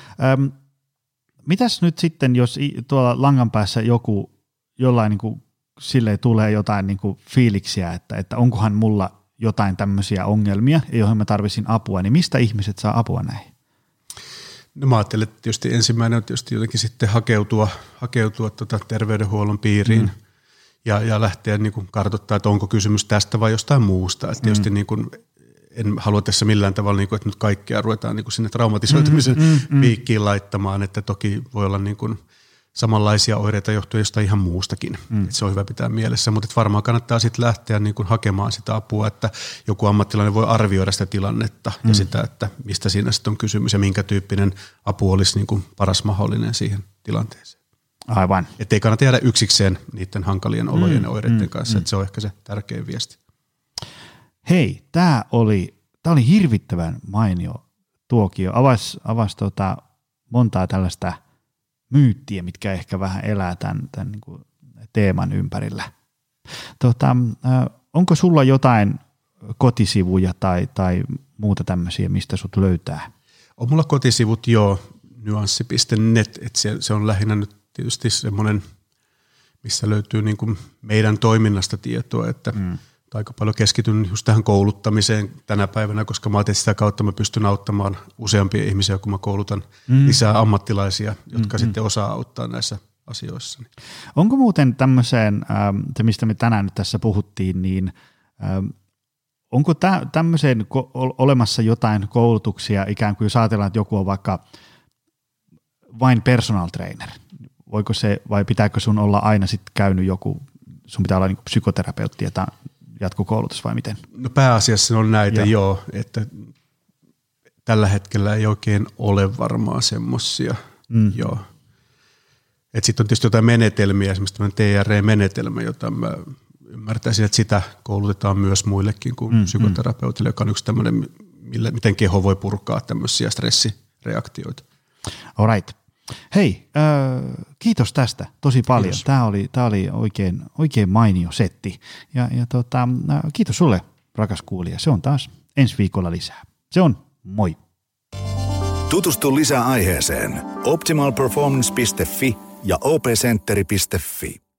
Mitäs nyt sitten, jos tuolla langan päässä jollain niin kuin silleen tulee jotain niin kuin fiiliksiä, että onkohan mulla jotain tämmöisiä ongelmia, joihin mä tarvisin apua, niin mistä ihmiset saa apua näihin? No mä ajattelen, että tietysti ensimmäinen on tietysti jotenkin sitten hakeutua terveydenhuollon piiriin ja lähteä niin kuin kartoittaa, että onko kysymys tästä vai jostain muusta. Että tietysti niin kuin, en halua tässä millään tavalla, niin kuin, että nyt kaikkea ruvetaan niin kuin sinne traumatisoitumisen piikkiin laittamaan, että toki voi olla niin kuin samanlaisia oireita johtuen jostain ihan muustakin. Että se on hyvä pitää mielessä, mutta varmaan kannattaa sitten lähteä niin kuin hakemaan sitä apua, että joku ammattilainen voi arvioida sitä tilannetta ja sitä, että mistä siinä sitten on kysymys ja minkä tyyppinen apu olisi niin kuin paras mahdollinen siihen tilanteeseen. Aivan. Että ei kannata jäädä yksikseen niiden hankalien olojen ja oireiden kanssa, että se on ehkä se tärkein viesti. Hei, tämä oli hirvittävän mainio tuokio. Avasi montaa tällaista myyttiä, mitkä ehkä vähän elää tämän niin kuin teeman ympärillä. Onko sulla jotain kotisivuja tai muuta tämmöisiä, mistä sut löytää? On mulla kotisivut nyanssi.net, että se on lähinnä nyt tietysti semmoinen, missä löytyy niin kuin meidän toiminnasta tietoa, että aika paljon keskityn just tähän kouluttamiseen tänä päivänä, koska mä ajattelin, että sitä kautta mä pystyn auttamaan useampia ihmisiä, kun mä koulutan lisää ammattilaisia, jotka sitten osaa auttaa näissä asioissa. Onko muuten tämmöiseen, se mistä me tänään nyt tässä puhuttiin, niin onko tämmöiseen olemassa jotain koulutuksia, ikään kuin jos ajatellaan, että joku on vaikka vain personal trainer, voiko se, vai pitääkö sun olla aina sitten käynyt joku, sun pitää olla niin kuin psykoterapeutti ja jatkokoulutus vai miten? No pääasiassa on näitä joo, että tällä hetkellä ei oikein ole varmaan semmoisia. Joo. Että sitten on tietysti jotain menetelmiä, esimerkiksi tämmöinen TRE-menetelmä, jota mä ymmärtäisin, että sitä koulutetaan myös muillekin kuin psykoterapeutille, joka on yksi tämmöinen, miten keho voi purkaa tämmöisiä stressireaktioita. All right. Hei, kiitos tästä tosi paljon. Kiitos. Tämä oli oikein mainio setti. Ja kiitos sulle, rakas kuulija. Se on taas ensi viikolla lisää. Se on moi. Tutustu lisää aiheeseen optimalperformance.fi ja opcenteri.fi.